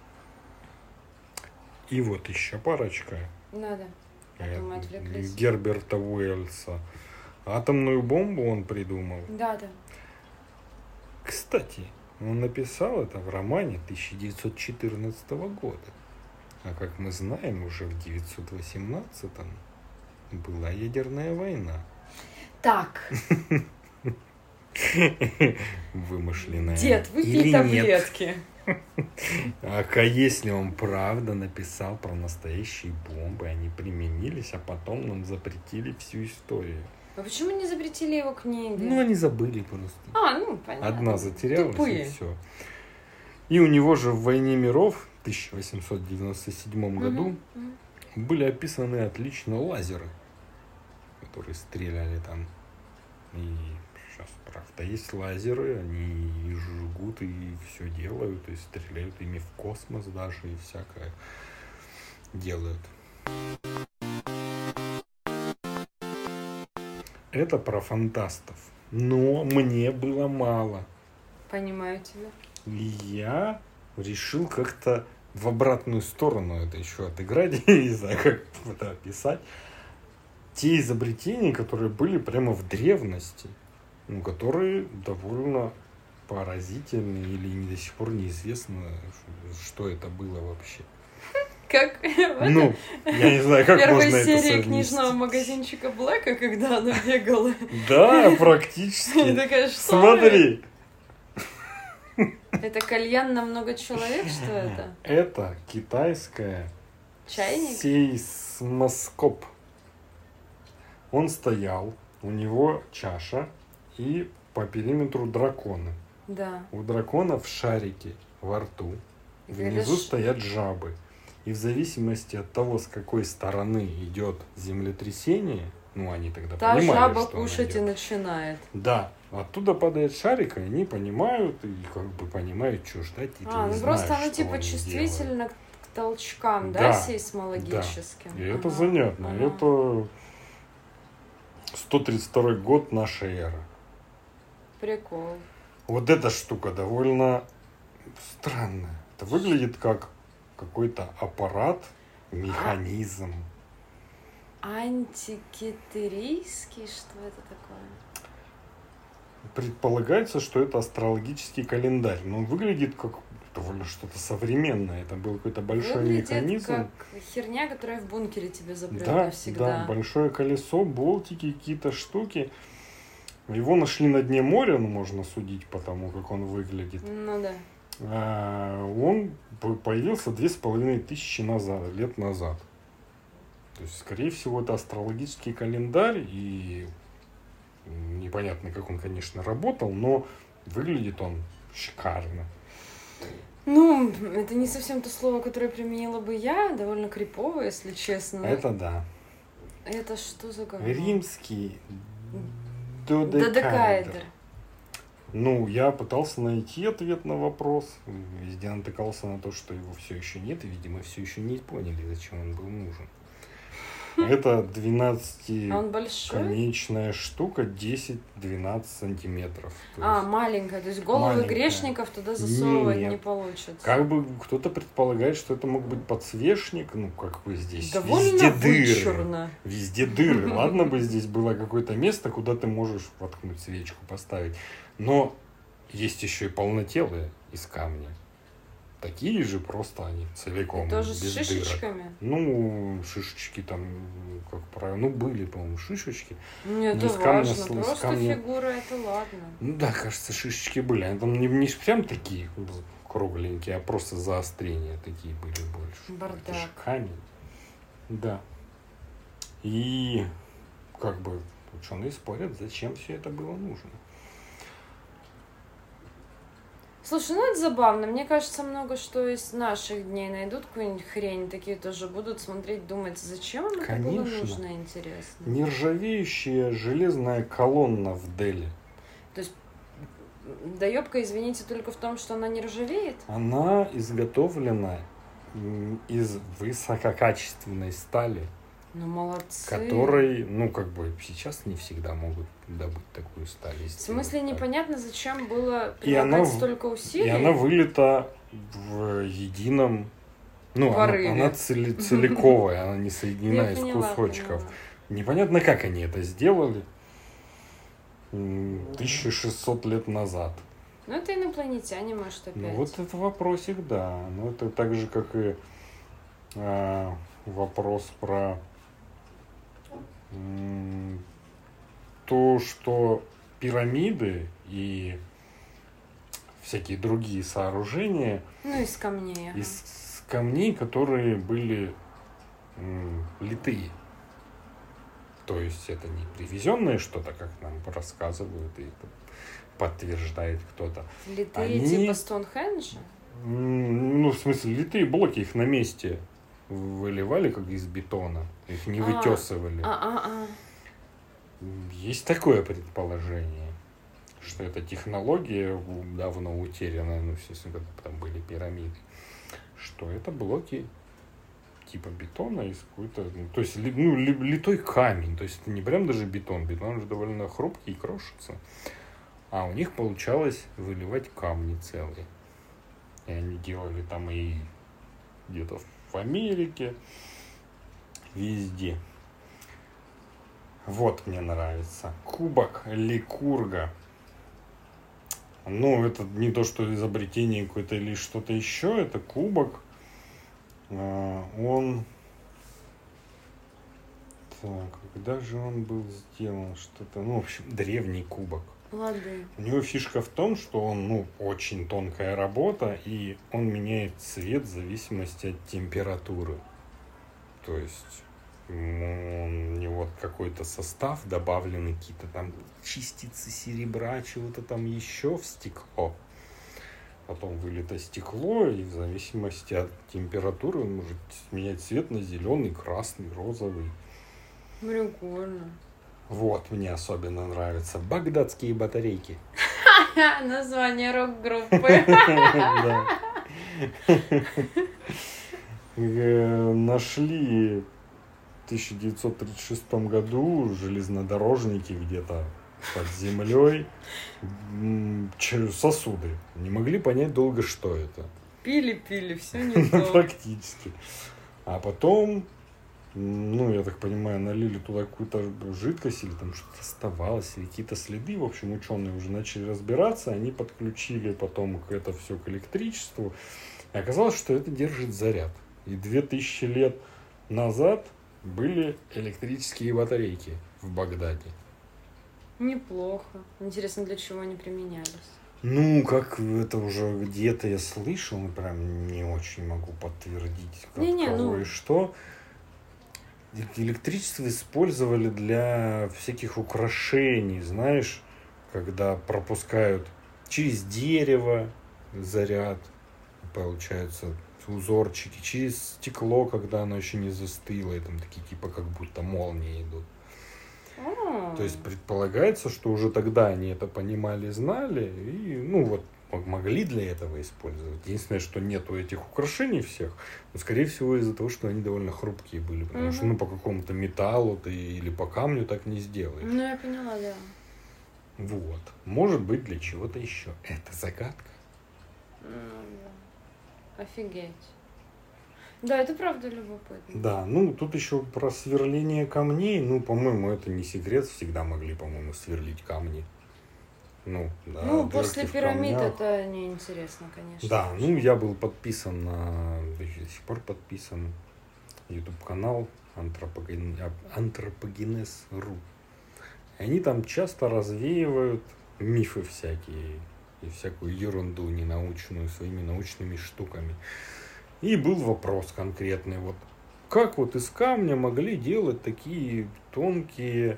И вот еще парочка. Надо. Мы отвлеклись. Герберта Уэллса. Атомную бомбу он придумал. Да. Кстати, он написал это в романе 1914 года. А как мы знаем, уже в 918-м была ядерная война. Так. Вымышленная. Дед, выпей таблетки. Нет? А если он правда написал про настоящие бомбы, они применились, а потом нам запретили всю историю? А почему не запретили его книги? Ну, они забыли просто. Ну, понятно. Одна затерялась, тупые. И все. И у него же в «Войне миров» в 1897 году были описаны отлично лазеры, которые стреляли там. И сейчас, правда, есть лазеры, они и жгут, и все делают, и стреляют ими в космос даже, и всякое делают. Это про фантастов. Но мне было мало. Понимаю тебя. И я решил как-то в обратную сторону это еще отыграть. Не знаю, как это описать. Те изобретения, которые были прямо в древности, которые довольно поразительны или до сих пор неизвестно, что это было вообще. Как я не знаю, как можно это совместить. Первой серии книжного магазинчика Блэка, когда она бегала. Да, практически. И такая: что смотри. Это кальян на много человек, что это? Это китайская чайник? Сейсмоскоп. Он стоял, у него чаша и по периметру драконы. Да. У драконов шарики во рту, внизу стоят жабы. И в зависимости от того, с какой стороны идет землетрясение, они тогда понимали, что жаба кушать и начинает. Да, оттуда падает шарик, и они понимают, и понимают, что ждать. И просто она чувствительна к толчкам, да, сейсмологическим. Да. И это занятно. Это 132 год нашей эры. Прикол. Вот эта штука довольно странная. Это выглядит как какой-то аппарат, механизм. Антикитерийский? Что это такое? Предполагается, что это астрологический календарь. Но он выглядит как довольно что-то современное. Это был какой-то большой механизм. Как херня, которая в бункере тебе запрет навсегда. Да, большое колесо, болтики, какие-то штуки. Его нашли на дне моря, можно судить по тому, как он выглядит. Ну да. Он появился 2500 лет назад. То есть, скорее всего, это астрологический календарь, и непонятно, как он, конечно, работал, но выглядит он шикарно. Ну, это не совсем то слово, которое применила бы я, довольно крипово, если честно. Это да. Это что за говно? Римский додекаэдр. Ну, я пытался найти ответ на вопрос. Везде натыкался на то, что его все еще нет, и, видимо, все еще не поняли, зачем он был нужен. Это 12-конечная штука, 10-12 сантиметров. Маленькая, то есть головы грешников туда засовывать не получится. Как бы кто-то предполагает, что это мог быть подсвечник, ну, как бы здесь довольно вычурно. Везде дыры. Ладно бы здесь было какое-то место, куда ты можешь воткнуть свечку, поставить. Но есть еще и полнотелые из камня. Такие же, просто они целиком. И тоже без с шишечками? Дырок. Ну, шишечки там, как правило, ну, были, по-моему, шишечки. Нет, это важно. Просто фигура, это ладно. Ну да, кажется, шишечки были. Они там не прям такие кругленькие, а просто заострения такие были больше. Бардак. Это же камень. Да. И как бы ученые спорят, зачем все это было нужно. Слушай, ну это забавно. Мне кажется, много что из наших дней найдут какую-нибудь хрень, такие тоже будут смотреть, думать, зачем им это было нужно, интересно. Нержавеющая железная колонна в Дели. То есть доебка, извините, только в том, что она не ржавеет? Она изготовлена из высококачественной стали. Ну, молодцы. Которой, ну, как бы, сейчас не всегда могут добыть такую сталь. В смысле, непонятно, зачем было прилагать столько усилий? И она вылита в едином... Ну, она целиковая, она не соединена из кусочков. Непонятно, как они это сделали 1600 лет назад. Ну, это инопланетяне, может, опять. Ну, вот это вопросик, да. Ну, это так же, как и вопрос про... то, что пирамиды и всякие другие сооружения... Ну, из камней. Из камней, которые были литые. То есть это не привезенное что-то, как нам рассказывают и подтверждает кто-то. Литые типа Стоунхенджа? Ну, в смысле, литые блоки, их на месте выливали, как из бетона. Их не вытесывали. Есть такое предположение, что эта технология давно утеряна, ну, естественно, когда там были пирамиды, что это блоки типа бетона из какой-то, ну, то есть, ну, литой камень, то есть это не прям даже бетон, бетон же довольно хрупкий и крошится, а у них получалось выливать камни целые. И они делали там и где-то в Америке, везде. Вот мне нравится. Кубок Ликурга. Ну, это не то, что изобретение какое-то или что-то еще. Это кубок. Он... Так, когда же он был сделан? Что-то... Ну, в общем, древний кубок. Лады. У него фишка в том, что он, ну, очень тонкая работа, и он меняет цвет в зависимости от температуры. То есть... у него какой-то состав, добавлены какие-то там частицы серебра, чего-то там еще в стекло. Потом вылито стекло, и в зависимости от температуры он может менять цвет на зеленый, красный, розовый. Прикольно. Вот, мне особенно нравятся багдадские батарейки. Название рок-группы. Нашли в 1936 году железнодорожники где-то под землей сосуды. Не могли понять долго, что это. Пили, все не то. Практически. А потом, ну, я так понимаю, налили туда какую-то жидкость, или там что-то оставалось, или какие-то следы. В общем, ученые уже начали разбираться, они подключили потом это все к электричеству. И оказалось, что это держит заряд. И 2000 лет назад были электрические батарейки в Багдаде. Неплохо. Интересно, для чего они применялись? Ну, как это уже где-то я слышал, но прям не очень могу подтвердить, как кого и что. Электричество использовали для всяких украшений, знаешь, когда пропускают через дерево заряд, получается, узорчики, через стекло, когда оно еще не застыло, и там такие типа как будто молнии идут. То есть предполагается, что уже тогда они это понимали, знали, и, ну вот, могли для этого использовать. Единственное, что нету этих украшений всех, но, скорее всего, из-за того, что они довольно хрупкие были. Потому что, ну, по какому-то металлу ты или по камню так не сделаешь. Ну, я поняла, да. Вот. Может быть, для чего-то еще. Это загадка. Да. Офигеть. Да, это правда любопытно. Да, ну, тут еще про сверление камней. Ну, по-моему, это не секрет. Всегда могли, по-моему, сверлить камни. Ну, да, ну после пирамид это неинтересно, конечно. Да, ну я был подписан на, до сих пор подписан, YouTube-канал Антропогенез.ру. И они там часто развеивают мифы всякие и всякую ерунду ненаучную своими научными штуками. И был вопрос конкретный, вот как вот из камня могли делать такие тонкие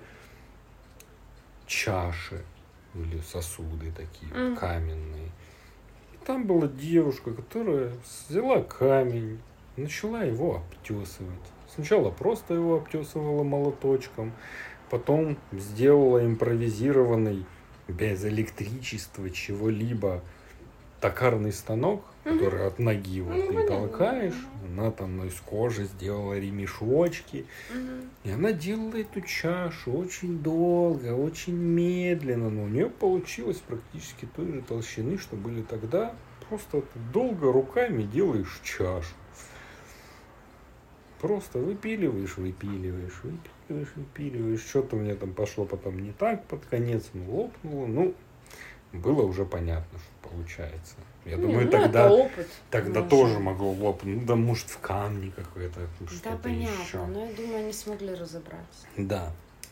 чаши или сосуды такие каменные. И там была девушка, которая взяла камень, начала его обтесывать. Сначала просто его обтесывала молоточком, потом сделала импровизированный, без электричества, чего-либо, токарный станок, который от ноги вот ты толкаешь, она там из кожи сделала ремешочки, и она делала эту чашу очень долго, очень медленно, но у нее получилось практически той же толщины, что были тогда. Просто долго руками делаешь чашу. Просто выпиливаешь. Что-то у меня там пошло потом не так под конец, лопнуло. Ну, было уже понятно, что получается. Я думаю, тогда тоже могло лопнуть. Ну, да, может, в камне какое-то. Да, понятно, еще. Но я думаю, они смогли разобраться. Да.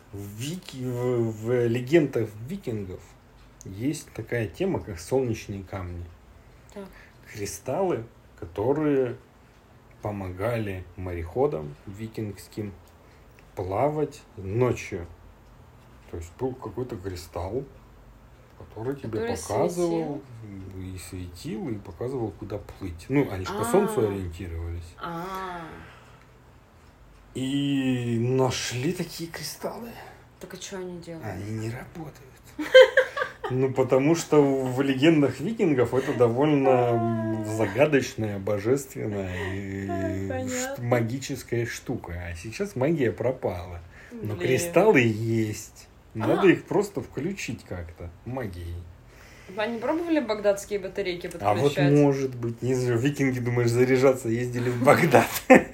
В легендах викингов есть такая тема, как солнечные камни. Так. Кристаллы, которые помогали мореходам викингским плавать ночью. То есть был какой-то кристалл, который тебе показывал и светил, и показывал, куда плыть. Ну, они же по солнцу ориентировались. И нашли такие кристаллы. Так а что они делают? Они не работают. Ну, потому что в легендах викингов это довольно загадочная, божественная и магическая штука. А сейчас магия пропала. Но кристаллы есть. Надо их просто включить как-то магией. Они пробовали багдадские батарейки подключать? А вот может быть, не знаю, викинги, думаешь, заряжаться ездили в Багдад.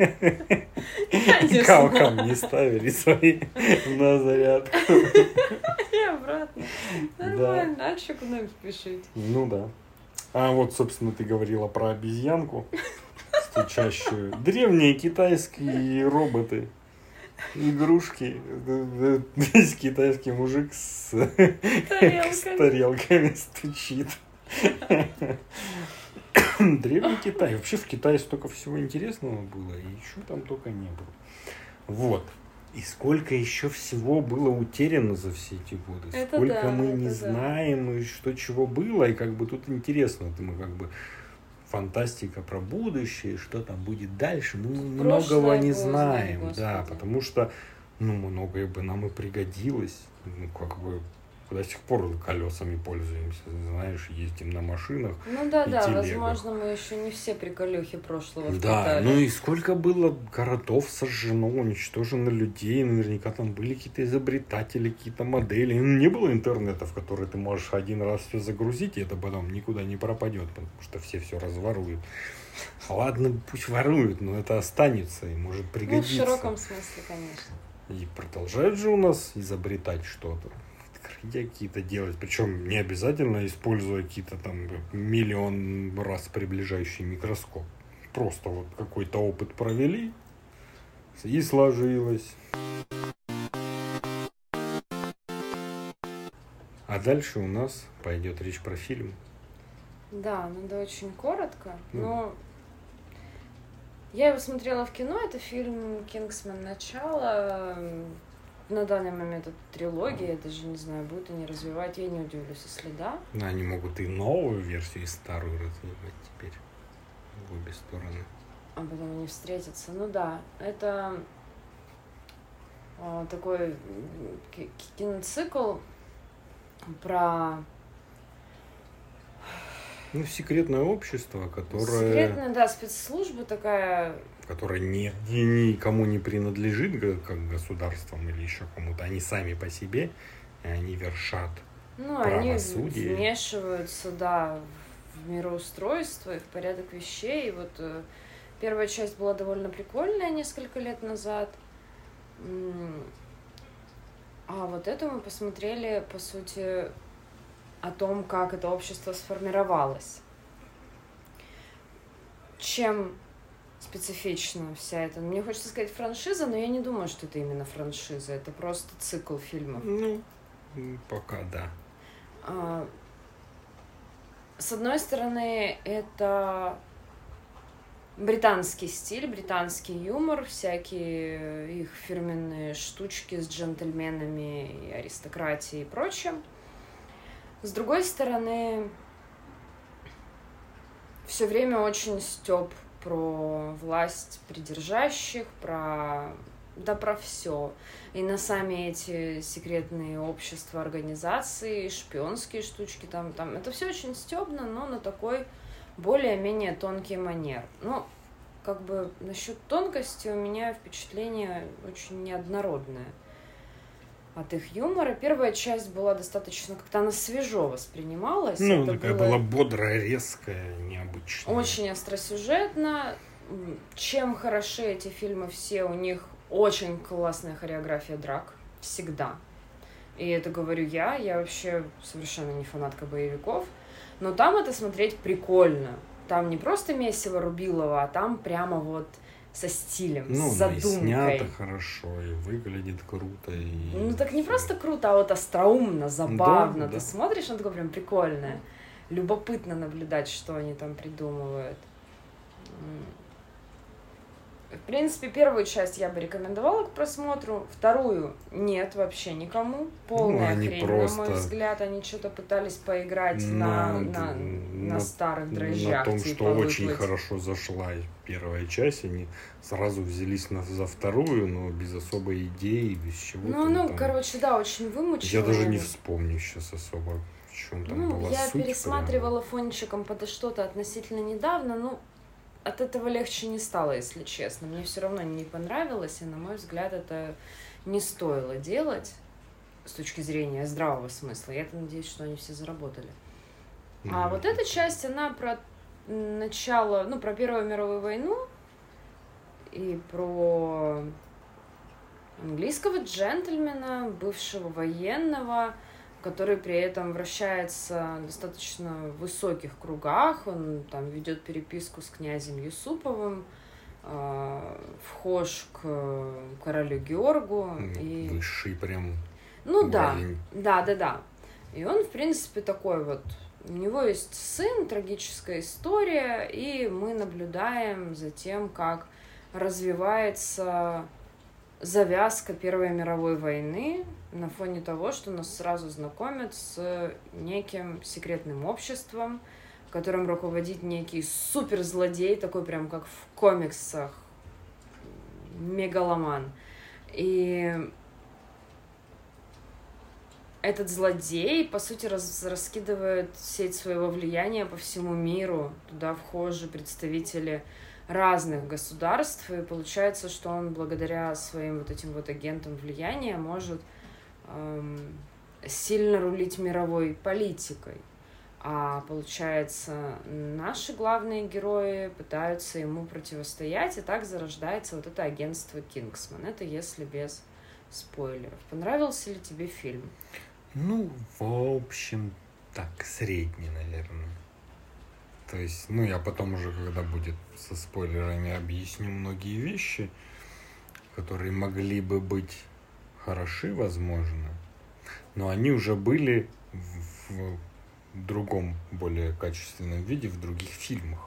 И камни ставили свои на зарядку. И обратно. Нормально, а что куда им спешить? Ну да. А вот, собственно, ты говорила про обезьянку стучащую. Древние китайские роботы. Игрушки. Здесь китайский мужик с тарелками стучит. Древний Китай. Вообще в Китае столько всего интересного было, и еще там только не было. Вот. И сколько еще всего было утеряно за все эти годы. Это сколько да, мы не знаем, и что чего было. И как бы тут интересно. Это мы как бы фантастика про будущее, что там будет дальше. Ну, мы многого не знаем. Господи. Да, потому что многое бы нам и пригодилось. Ну, как бы до сих пор колесами пользуемся, знаешь, ездим на машинах. Ну да, возможно, мы еще не все приколюхи прошлого впитали. Ну и сколько было городов сожжено, уничтожено людей, наверняка там были какие-то изобретатели, какие-то модели. Не было интернета, в который ты можешь один раз все загрузить, и это потом никуда не пропадет, потому что все разворуют. Ладно, пусть воруют, но это останется и может пригодиться. Ну, в широком смысле, конечно. И продолжают же у нас изобретать что-то. Какие-то делать, причем не обязательно используя какие-то там миллион раз приближающий микроскоп. Просто вот какой-то опыт провели и сложилось. А дальше у нас пойдет речь про фильм Да, надо очень коротко, но я его смотрела в кино, это фильм «Кингсман. Начало». На данный момент это трилогия, я даже не знаю, будут они развивать, я не удивлюсь, если да. Но они могут и новую версию, и старую развивать теперь в обе стороны. А потом они встретятся. Ну да, это такой киноцикл про... Ну, секретное общество, которое... Секретная, да, спецслужба такая... Которая никому не принадлежит, как государствам или еще кому-то. Они сами по себе, и они вершат правосудие. Они вмешиваются, да, в мироустройство и в порядок вещей. И вот первая часть была довольно прикольная несколько лет назад. А вот это мы посмотрели, по сути, о том, как это общество сформировалось. Чем специфична вся эта... Мне хочется сказать франшиза, но я не думаю, что это именно франшиза. Это просто цикл фильмов. Ну, пока да. С одной стороны, это британский стиль, британский юмор, всякие их фирменные штучки с джентльменами и аристократией и прочим. С другой стороны, все время очень стёб про власть придержащих, про все. И на сами эти секретные общества, организации, шпионские штучки, там. Это все очень стёбно, но на такой более-менее тонкий манер. Ну, как бы насчет тонкости у меня впечатление очень неоднородное от их юмора. Первая часть была достаточно, как-то она свежо воспринималась. Ну, это такая была бодрая, резкая, необычная. Очень остросюжетно. Чем хороши эти фильмы все, у них очень классная хореография драк. Всегда. И это говорю я вообще совершенно не фанатка боевиков. Но там это смотреть прикольно. Там не просто месиво Рубилова, а там прямо вот со стилем, с задумкой. И снято хорошо, и выглядит круто. И... Ну так не просто круто, а вот остроумно, забавно. Да, ты смотришь, оно такое прям прикольное. Любопытно наблюдать, что они там придумывают. В принципе, первую часть я бы рекомендовала к просмотру, вторую нет вообще никому. Полная хрень, просто... на мой взгляд. Они что-то пытались поиграть на старых дрожжах. На том, типа, что очень хорошо зашла первая часть, они сразу взялись за вторую, но без особой идеи, без чего-то. Короче, да, очень вымученно. Я даже не вспомню сейчас особо, в чем там была я суть. пересматривала фончиком под что-то относительно недавно, от этого легче не стало, если честно. Мне все равно не понравилось, и, на мой взгляд, это не стоило делать с точки зрения здравого смысла. Я надеюсь, что они все заработали. А вот эта часть, она про начало, про Первую мировую войну и про английского джентльмена, бывшего военного, который при этом вращается в достаточно высоких кругах. Он там ведет переписку с князем Юсуповым, вхож к королю Георгу. И... Высший прям. Уровень. Да. И он, в принципе, такой вот. У него есть сын, трагическая история, и мы наблюдаем за тем, как развивается завязка Первой мировой войны на фоне того, что нас сразу знакомят с неким секретным обществом, которым руководит некий суперзлодей, такой прям как в комиксах, мегаломан. И этот злодей, по сути, раскидывает сеть своего влияния по всему миру. Туда вхожи представители разных государств, и получается, что он благодаря своим вот этим вот агентам влияния может сильно рулить мировой политикой. А получается, наши главные герои пытаются ему противостоять, и так зарождается вот это агентство «Кингсман». Это если без спойлеров. Понравился ли тебе фильм? В общем, так, средний, наверное. То есть, я потом уже, когда будет со спойлерами, объясню многие вещи, которые могли бы быть хороши, возможно, но они уже были в другом, более качественном виде в других фильмах.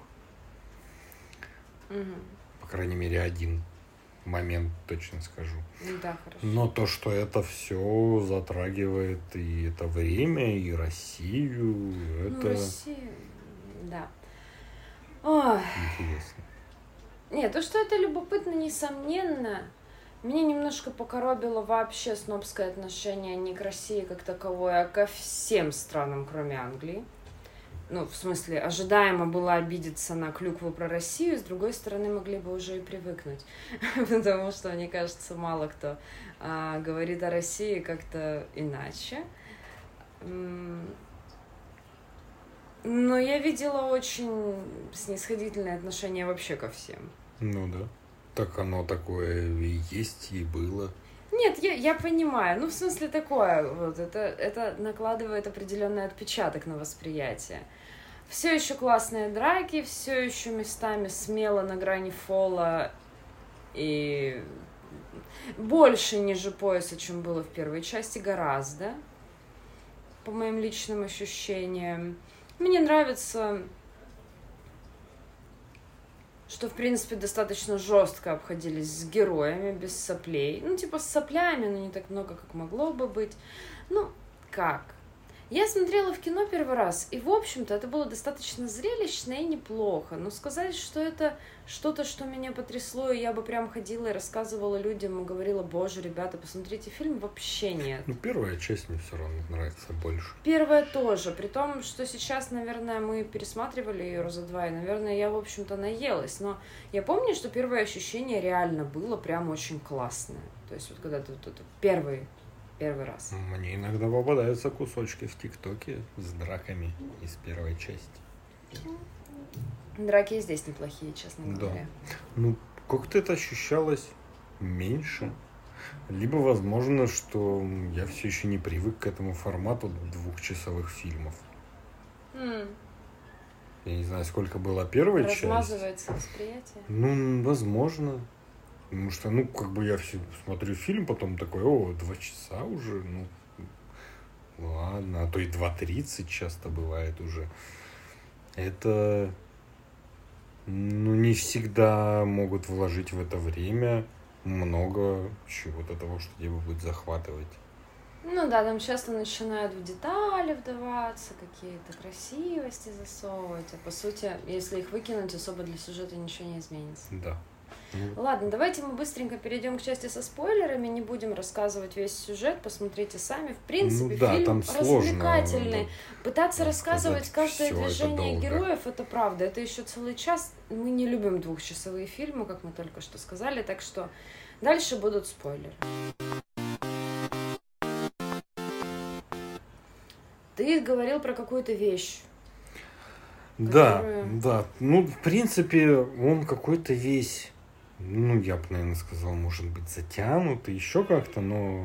По крайней мере, один момент точно скажу. Да, хорошо. Но то, что это все затрагивает и это время, и Россию, это Россию, да. Ой. интересно. Нет, то, что это любопытно, несомненно. Меня немножко покоробило вообще снобское отношение не к России как таковой, а ко всем странам, кроме Англии. Ну, в смысле, ожидаемо было обидеться на клюкву про Россию, с другой стороны, могли бы уже и привыкнуть, потому что, мне кажется, мало кто говорит о России как-то иначе. Но я видела очень снисходительное отношение вообще ко всем. Ну да. Так оно такое и есть, и было. Нет, я понимаю. Ну, в смысле, такое вот. Это накладывает определенный отпечаток на восприятие. Все еще классные драки, все еще местами смело на грани фола и больше ниже пояса, чем было в первой части, гораздо, по моим личным ощущениям. Мне нравится, что, в принципе, достаточно жестко обходились с героями, без соплей. Ну, типа, с соплями, но не так много, как могло бы быть. Ну, как? Я смотрела в кино первый раз, и, в общем-то, это было достаточно зрелищно и неплохо. Но сказать, что это что-то, что меня потрясло, и я бы прям ходила и рассказывала людям, и говорила: боже, ребята, посмотрите фильм, вообще нет. Ну, первая часть мне все равно нравится больше. Первая тоже, при том, что сейчас, наверное, мы пересматривали ее раза два, и, наверное, я, в общем-то, наелась. Но я помню, что первое ощущение реально было прям очень классное. То есть вот когда ты вот это первый раз. Мне иногда попадаются кусочки в ТикТоке с драками из первой части. Драки и здесь неплохие, честно говоря. Ну, как-то это ощущалось меньше. Либо, возможно, что я все еще не привык к этому формату двухчасовых фильмов. Я не знаю, сколько было первой части. Размазывается восприятие? Ну, возможно. Потому что, ну, как бы я смотрю фильм, потом такой: о, 2 часа уже, ну, ладно, а то и 2:30 часто бывает уже. Это, ну, не всегда могут вложить в это время много чего-то того, что тебя будет захватывать. Ну да, там часто начинают в детали вдаваться, какие-то красивости засовывать, а по сути, если их выкинуть, особо для сюжета ничего не изменится. Да. Ладно, давайте мы быстренько перейдем к части со спойлерами, не будем рассказывать весь сюжет, посмотрите сами. В принципе, фильм развлекательный. Пытаться рассказывать каждое движение героев, это правда, это еще целый час. Мы не любим двухчасовые фильмы, как мы только что сказали, так что дальше будут спойлеры. Ты говорил про какую-то вещь. Да. Ну, в принципе, он какой-то весь... Ну, я бы, наверное, сказал, может быть, затянутый, еще как-то, но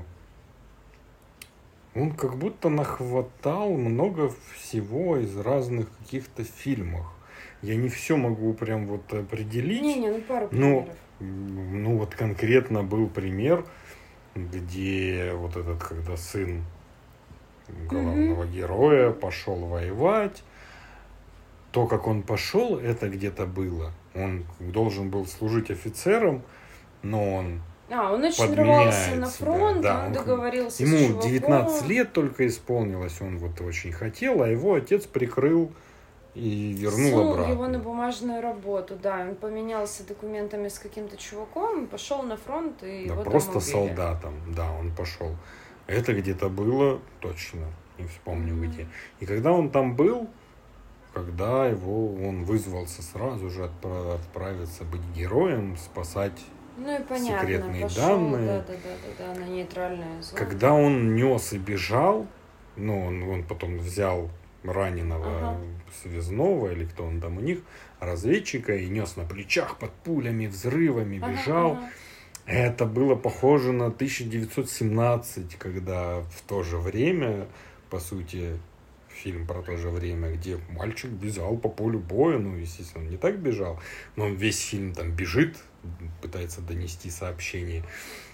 он как будто нахватал много всего из разных каких-то фильмов. Я не все могу прям вот определить. Ну пару примеров. Ну, вот конкретно был пример, где вот этот, когда сын главного героя пошел воевать, то, как он пошел, это где-то было. Он должен был служить офицером, но он очень рвался на фронт, да, он договорился ему с чуваком. 19 лет только исполнилось, он вот очень хотел, а его отец прикрыл и вернул обратно. Его на бумажную работу, да. Он поменялся документами с каким-то чуваком, пошел на фронт и его просто там убили. Солдатом, да, он пошел. Это где-то было точно, не вспомню где. И когда он там был, когда он вызвался сразу же отправиться быть героем, спасать секретные пошел, данные. Да, на нейтральную зону. Когда он нес и бежал, ну, он потом взял раненого связного, или кто он там у них, разведчика, и нес на плечах под пулями, взрывами, бежал. Это было похоже на 1917, когда в то же время, по сути, фильм про то же время, где мальчик бежал по полю боя, ну, естественно, он не так бежал, но он весь фильм там бежит, пытается донести сообщение.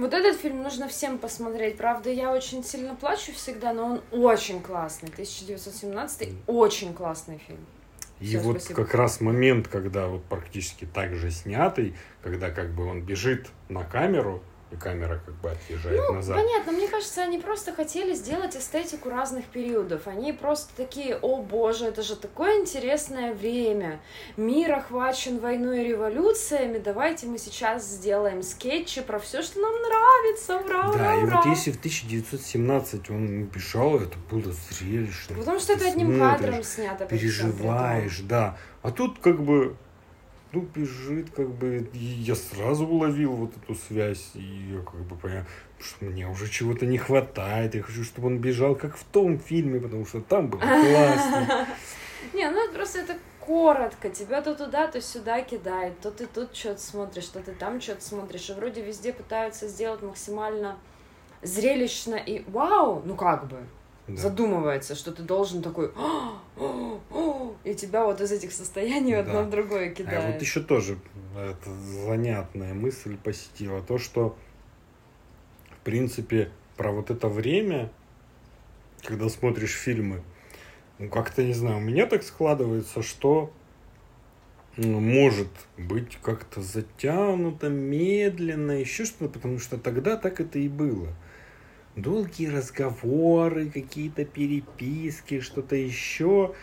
Вот этот фильм нужно всем посмотреть. Правда, я очень сильно плачу всегда, но он очень классный. 1917 очень классный фильм. И Всё, вот спасибо. как раз момент, когда вот практически так же снятый, когда как бы он бежит на камеру, и камера как бы отъезжает назад. Понятно, мне кажется, они просто хотели сделать эстетику разных периодов. Они просто такие: о боже, это же такое интересное время. Мир охвачен войной и революциями, давайте мы сейчас сделаем скетчи про все, что нам нравится. Ура, Да, ура, и ура. вот если в 1917 он бежал, это было зрелищно. Потому что это одним кадром снято. Переживаешь, да. А тут как бы, ну, бежит, как бы, и я сразу уловил вот эту связь, и я как бы понял, что мне уже чего-то не хватает, я хочу, чтобы он бежал, как в том фильме, потому что там было классно. Не, ну это просто это коротко, тебя то туда, то сюда кидает, то ты тут что-то смотришь, то ты там что-то смотришь, и вроде везде пытаются сделать максимально зрелищно и вау, ну как бы, задумывается, что ты должен такой, и тебя вот из этих состояний одно в другое кидает. А вот еще тоже занятная мысль посетила, то, что, в принципе, про вот это время, когда смотришь фильмы, ну, как-то, не знаю, у меня так складывается, что может быть как-то затянуто, медленно, еще что-то, потому что тогда так это и было. Долгие разговоры, какие-то переписки, что-то еще.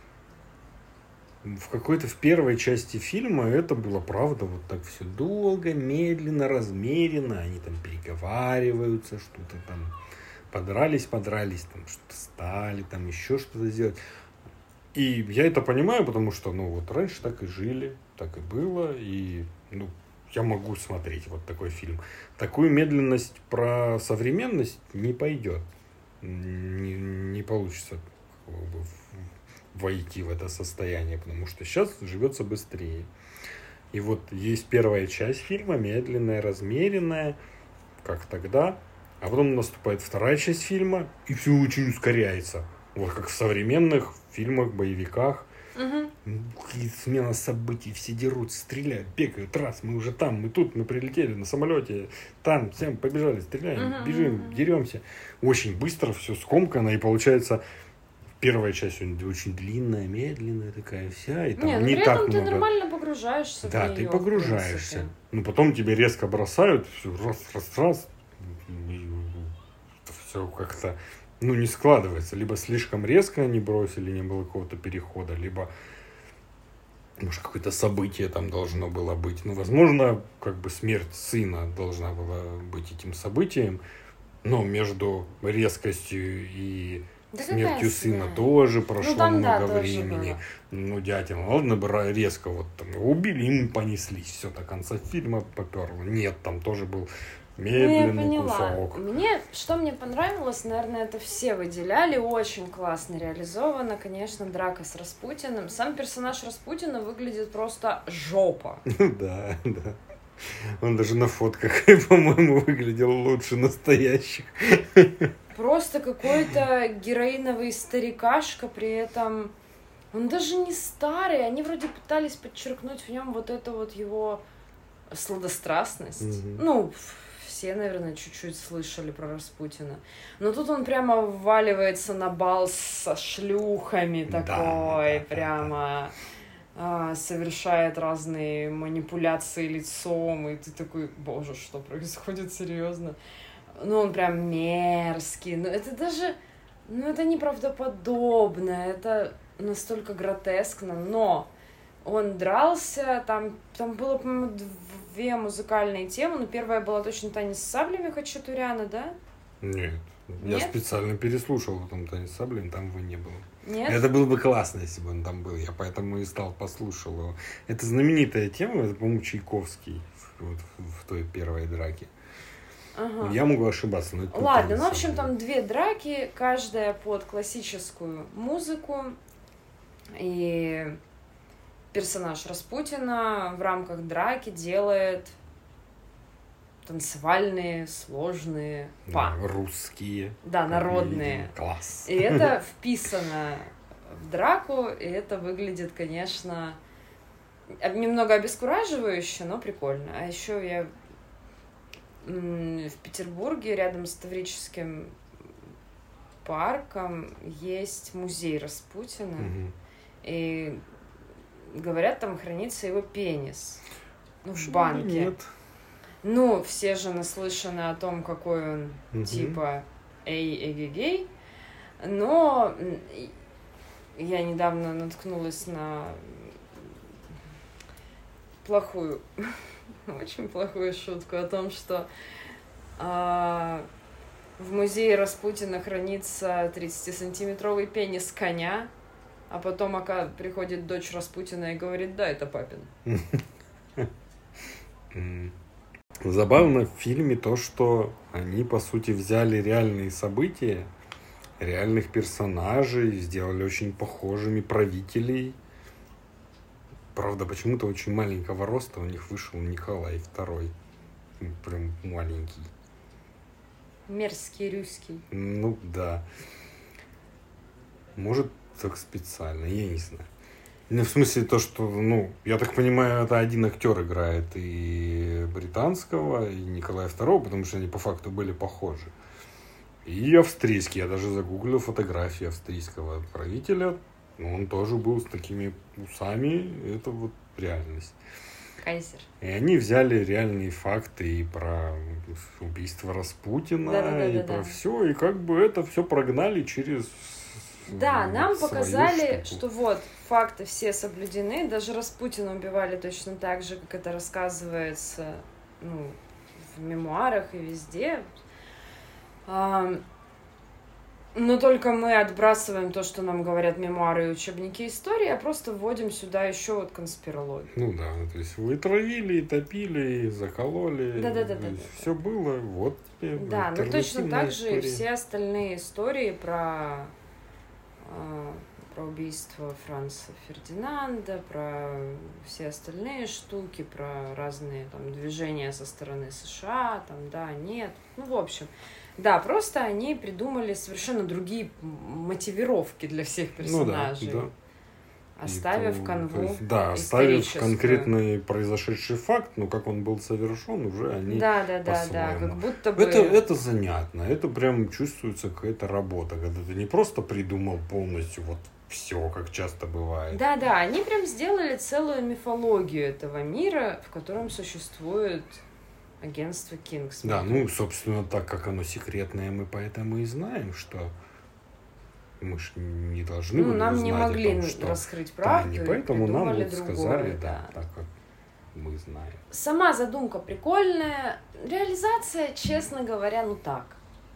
В первой части фильма это было, правда, вот так все долго, медленно, размеренно. Они там переговариваются, что-то там подрались, там что-то стали, там еще что-то сделать. И я это понимаю, потому что, ну, вот раньше так и жили, так и было, и, ну, я могу смотреть вот такой фильм. Такую медленность про современность не пойдет. Не получится войти в это состояние, потому что сейчас живется быстрее. И вот есть первая часть фильма, медленная, размеренная, как тогда, а потом наступает вторая часть фильма, и все очень ускоряется. Вот как в современных фильмах, боевиках. Смена событий, все дерутся, стреляют, бегают, раз, мы уже там, мы тут, мы прилетели на самолете, там, всем побежали, стреляем, бежим, деремся. Очень быстро, все скомкано, и получается, первая часть очень длинная, медленная такая вся, и там не так много. Ты нормально погружаешься в неё, да, ты погружаешься. Но потом тебе резко бросают, все раз, и все как-то, ну, не складывается. Либо слишком резко они бросили, не было какого-то перехода, либо, может, какое-то событие там должно было быть. Ну, возможно, как бы смерть сына должна была быть этим событием, но между резкостью и смертью сына тоже прошло много времени. Ну, дятел, ладно бы резко вот там его убили, и мы понеслись. Все, до конца фильма поперло. Нет, там тоже был медленный кусок. Что мне понравилось, наверное, это все выделяли, очень классно реализовано, конечно, драка с Распутиным. Сам персонаж Распутина выглядит просто жопа. Да. Он даже на фотках, по-моему, выглядел лучше настоящих. Просто какой-то героиновый старикашка, при этом он даже не старый, они вроде пытались подчеркнуть в нем вот эту вот его сладострастность. Ну, все, наверное, чуть-чуть слышали про Распутина. Но тут он прямо вваливается на бал со шлюхами такой, прямо совершает разные манипуляции лицом, и ты такой, боже, что происходит, серьезно? Ну, он прям мерзкий, ну, это даже, ну, это неправдоподобно, это настолько гротескно, но он дрался, там было, по-моему, 2 музыкальные темы, но первая была точно «Танец с саблями» Хачатуряна, да? Нет? Я специально переслушал потом «Танец с саблями», там его не было. Нет? Это было бы классно, если бы он там был, я поэтому и послушал его. Это знаменитая тема, это, по-моему, Чайковский вот, в той первой драке. Ага. Я могу ошибаться, но это ладно, ну, в общем, там 2 драки, каждая под классическую музыку, и персонаж Распутина в рамках драки делает танцевальные, сложные русские. Да, народные. Класс. И это вписано в драку, и это выглядит, конечно, немного обескураживающе, но прикольно. А еще в Петербурге рядом с Таврическим парком есть музей Распутина. И говорят, там хранится его пенис. Ну, в банке. Нет. Ну, все же наслышаны о том, какой он, типа, эгегей. Но я недавно наткнулась на плохую, очень плохую шутку о том, что в музее Распутина хранится 30-сантиметровый пенис коня, а потом приходит дочь Распутина и говорит: да, это папин. Забавно в фильме то, что они, по сути, взяли реальные события, реальных персонажей, сделали очень похожими правителей. Правда, почему-то очень маленького роста у них вышел Николай II. Прям маленький. Мерзкий русский. Ну, да. Может, так специально, я не знаю. Ну, в смысле то, что, ну, я так понимаю, это один актер играет и британского, и Николая II, потому что они по факту были похожи. И австрийский, я даже загуглил фотографии австрийского правителя, он тоже был с такими усами, это вот реальность. Кайзер. И они взяли реальные факты и про убийство Распутина, и про все, и как бы это все прогнали через... Да, нам показали, что вот факты все соблюдены, даже Распутина убивали точно так же, как это рассказывается, ну, в мемуарах и везде. Но только мы отбрасываем то, что нам говорят мемуары и учебники истории, а просто вводим сюда еще вот конспирологию. Ну да, то есть вы травили, топили, закололи. Да. Все было, вот тебе. Да, но точно так же и все остальные истории про убийство Франца Фердинанда, про все остальные штуки, про разные там движения со стороны США, там да, нет. Ну, в общем, да, просто они придумали совершенно другие мотивировки для всех персонажей. Ну, да. Оставив канву оставив конкретный произошедший факт, но как он был совершен, уже они Да, как будто бы... Это занятно, это прям чувствуется какая-то работа, когда ты не просто придумал полностью вот все, как часто бывает. Да, они прям сделали целую мифологию этого мира, в котором существует агентство Кингсман. Да, ну, собственно, так как оно секретное, мы поэтому и знаем, что мы же не должны были нам знать не могли о том, что раскрыть правду, поэтому нам вот другое, сказали, да, так как мы знаем. Сама задумка прикольная, реализация, честно говоря, ну так.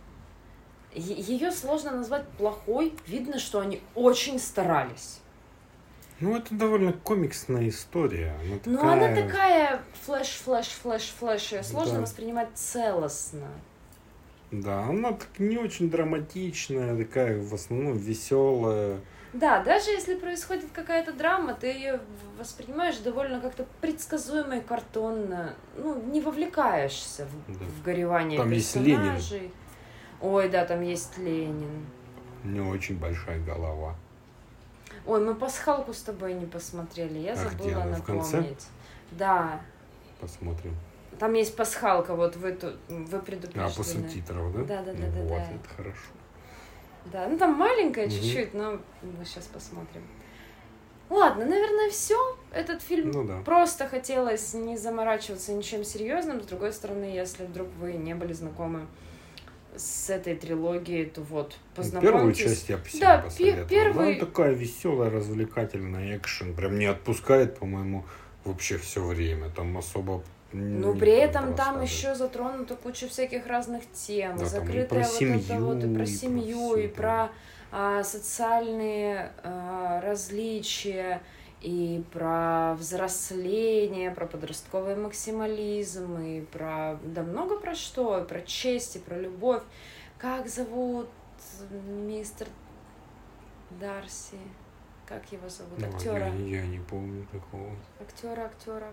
Ее сложно назвать плохой, видно, что они очень старались. Ну, это довольно комиксная история. Она такая флэш, ее сложно воспринимать целостно. Да, она так не очень драматичная, такая в основном веселая. Да, даже если происходит какая-то драма, ты ее воспринимаешь довольно как-то предсказуемо и картонно. Ну, не вовлекаешься в горевание там персонажей. Есть Ленин. Ой, да, там есть Ленин. У него очень большая голова. Ой, мы пасхалку с тобой не посмотрели, я забыла напомнить. В конце? Да. Посмотрим. Там есть пасхалка, вот вы предупреждены. После титров, да? Да. Вот, это хорошо. Да, ну там маленькая чуть-чуть, но мы сейчас посмотрим. Ладно, наверное, все. Этот фильм просто хотелось не заморачиваться ничем серьезным. С другой стороны, если вдруг вы не были знакомы с этой трилогией, то вот, познакомьтесь. Первую часть я посоветовал. Первый... Она такая веселая, развлекательная, экшен. Прям не отпускает, по-моему, вообще все время. Там особо... Но при этом там еще затронута куча всяких разных тем. Да, закрытая вот это вот, и про семью, и про социальные различия, и про взросление, про подростковый максимализм, и про... Да много про что, и про честь, и про любовь. Как зовут мистер Дарси? Как его зовут? Актера? Я не помню такого. Актера.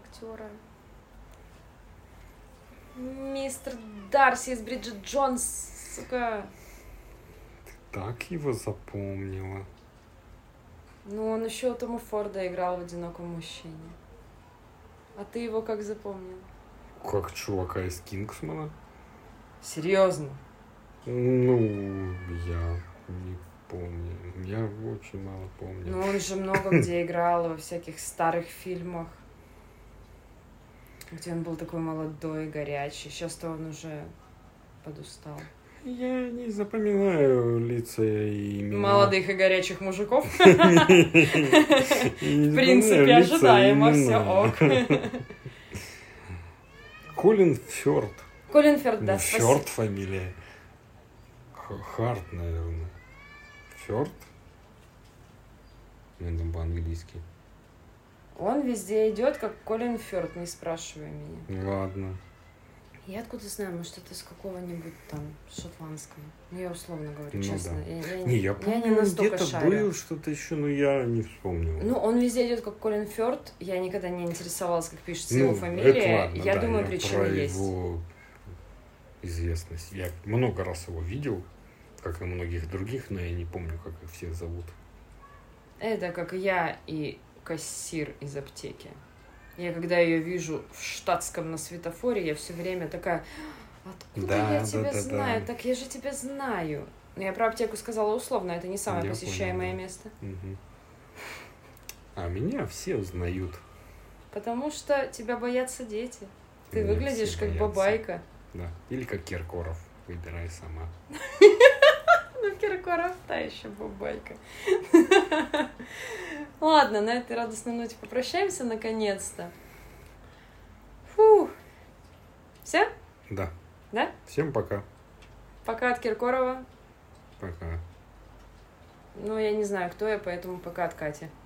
Мистер Дарси из Бриджит Джонс, сука. Ты так его запомнила? Ну, он еще Тома Форда играл в «Одиноком мужчине». А ты его как запомнил? Как чувака из Кингсмана? Серьезно? Ну, я не помню. Я очень мало помню. Ну, он же много где играл, во всяких старых фильмах, где он был такой молодой, горячий. Сейчас-то он уже подустал. Я не запоминаю лица и имена. Молодых и горячих мужиков? В принципе, ожидаемо, все ок. Колин Фёрд. Колин Фёрд, да, спасибо. Фёрд фамилия. Харт, наверное. Фёрд? Это по-английски. Он везде идет, как Колин Фёрд, не спрашивай меня. Ладно. Я откуда знаю, может, это с какого-нибудь там шотландского. Ну, я условно говорю, Ну, честно. да. Я помню, не настолько где-то шарю. был что-то еще, но я не вспомнил. Ну, он везде идет, как Колин Фёрд. Я никогда не интересовалась, как пишется его фамилия. Это ладно, я да, думаю, я причина про есть. его известность. Я много раз его видел, как и многих других, но я не помню, как их всех зовут. Это как я и кассир из аптеки. Я когда ее вижу в штатском на светофоре, я все время такая: откуда я тебя знаю? Так я же тебя знаю. Но я про аптеку сказала условно, это не самое посещаемое место. Угу. А меня все узнают. Потому что тебя боятся дети. Ты Меня выглядишь все как боятся. бабайка. Да. Или как Киркоров. Выбирай сама. Ну, Киркоров та еще бабайка. Ладно, на этой радостной ноте попрощаемся наконец-то. Фух. Все? Да. Да? Всем пока. Пока от Киркорова. Пока. Ну, я не знаю, кто я, поэтому пока от Кати.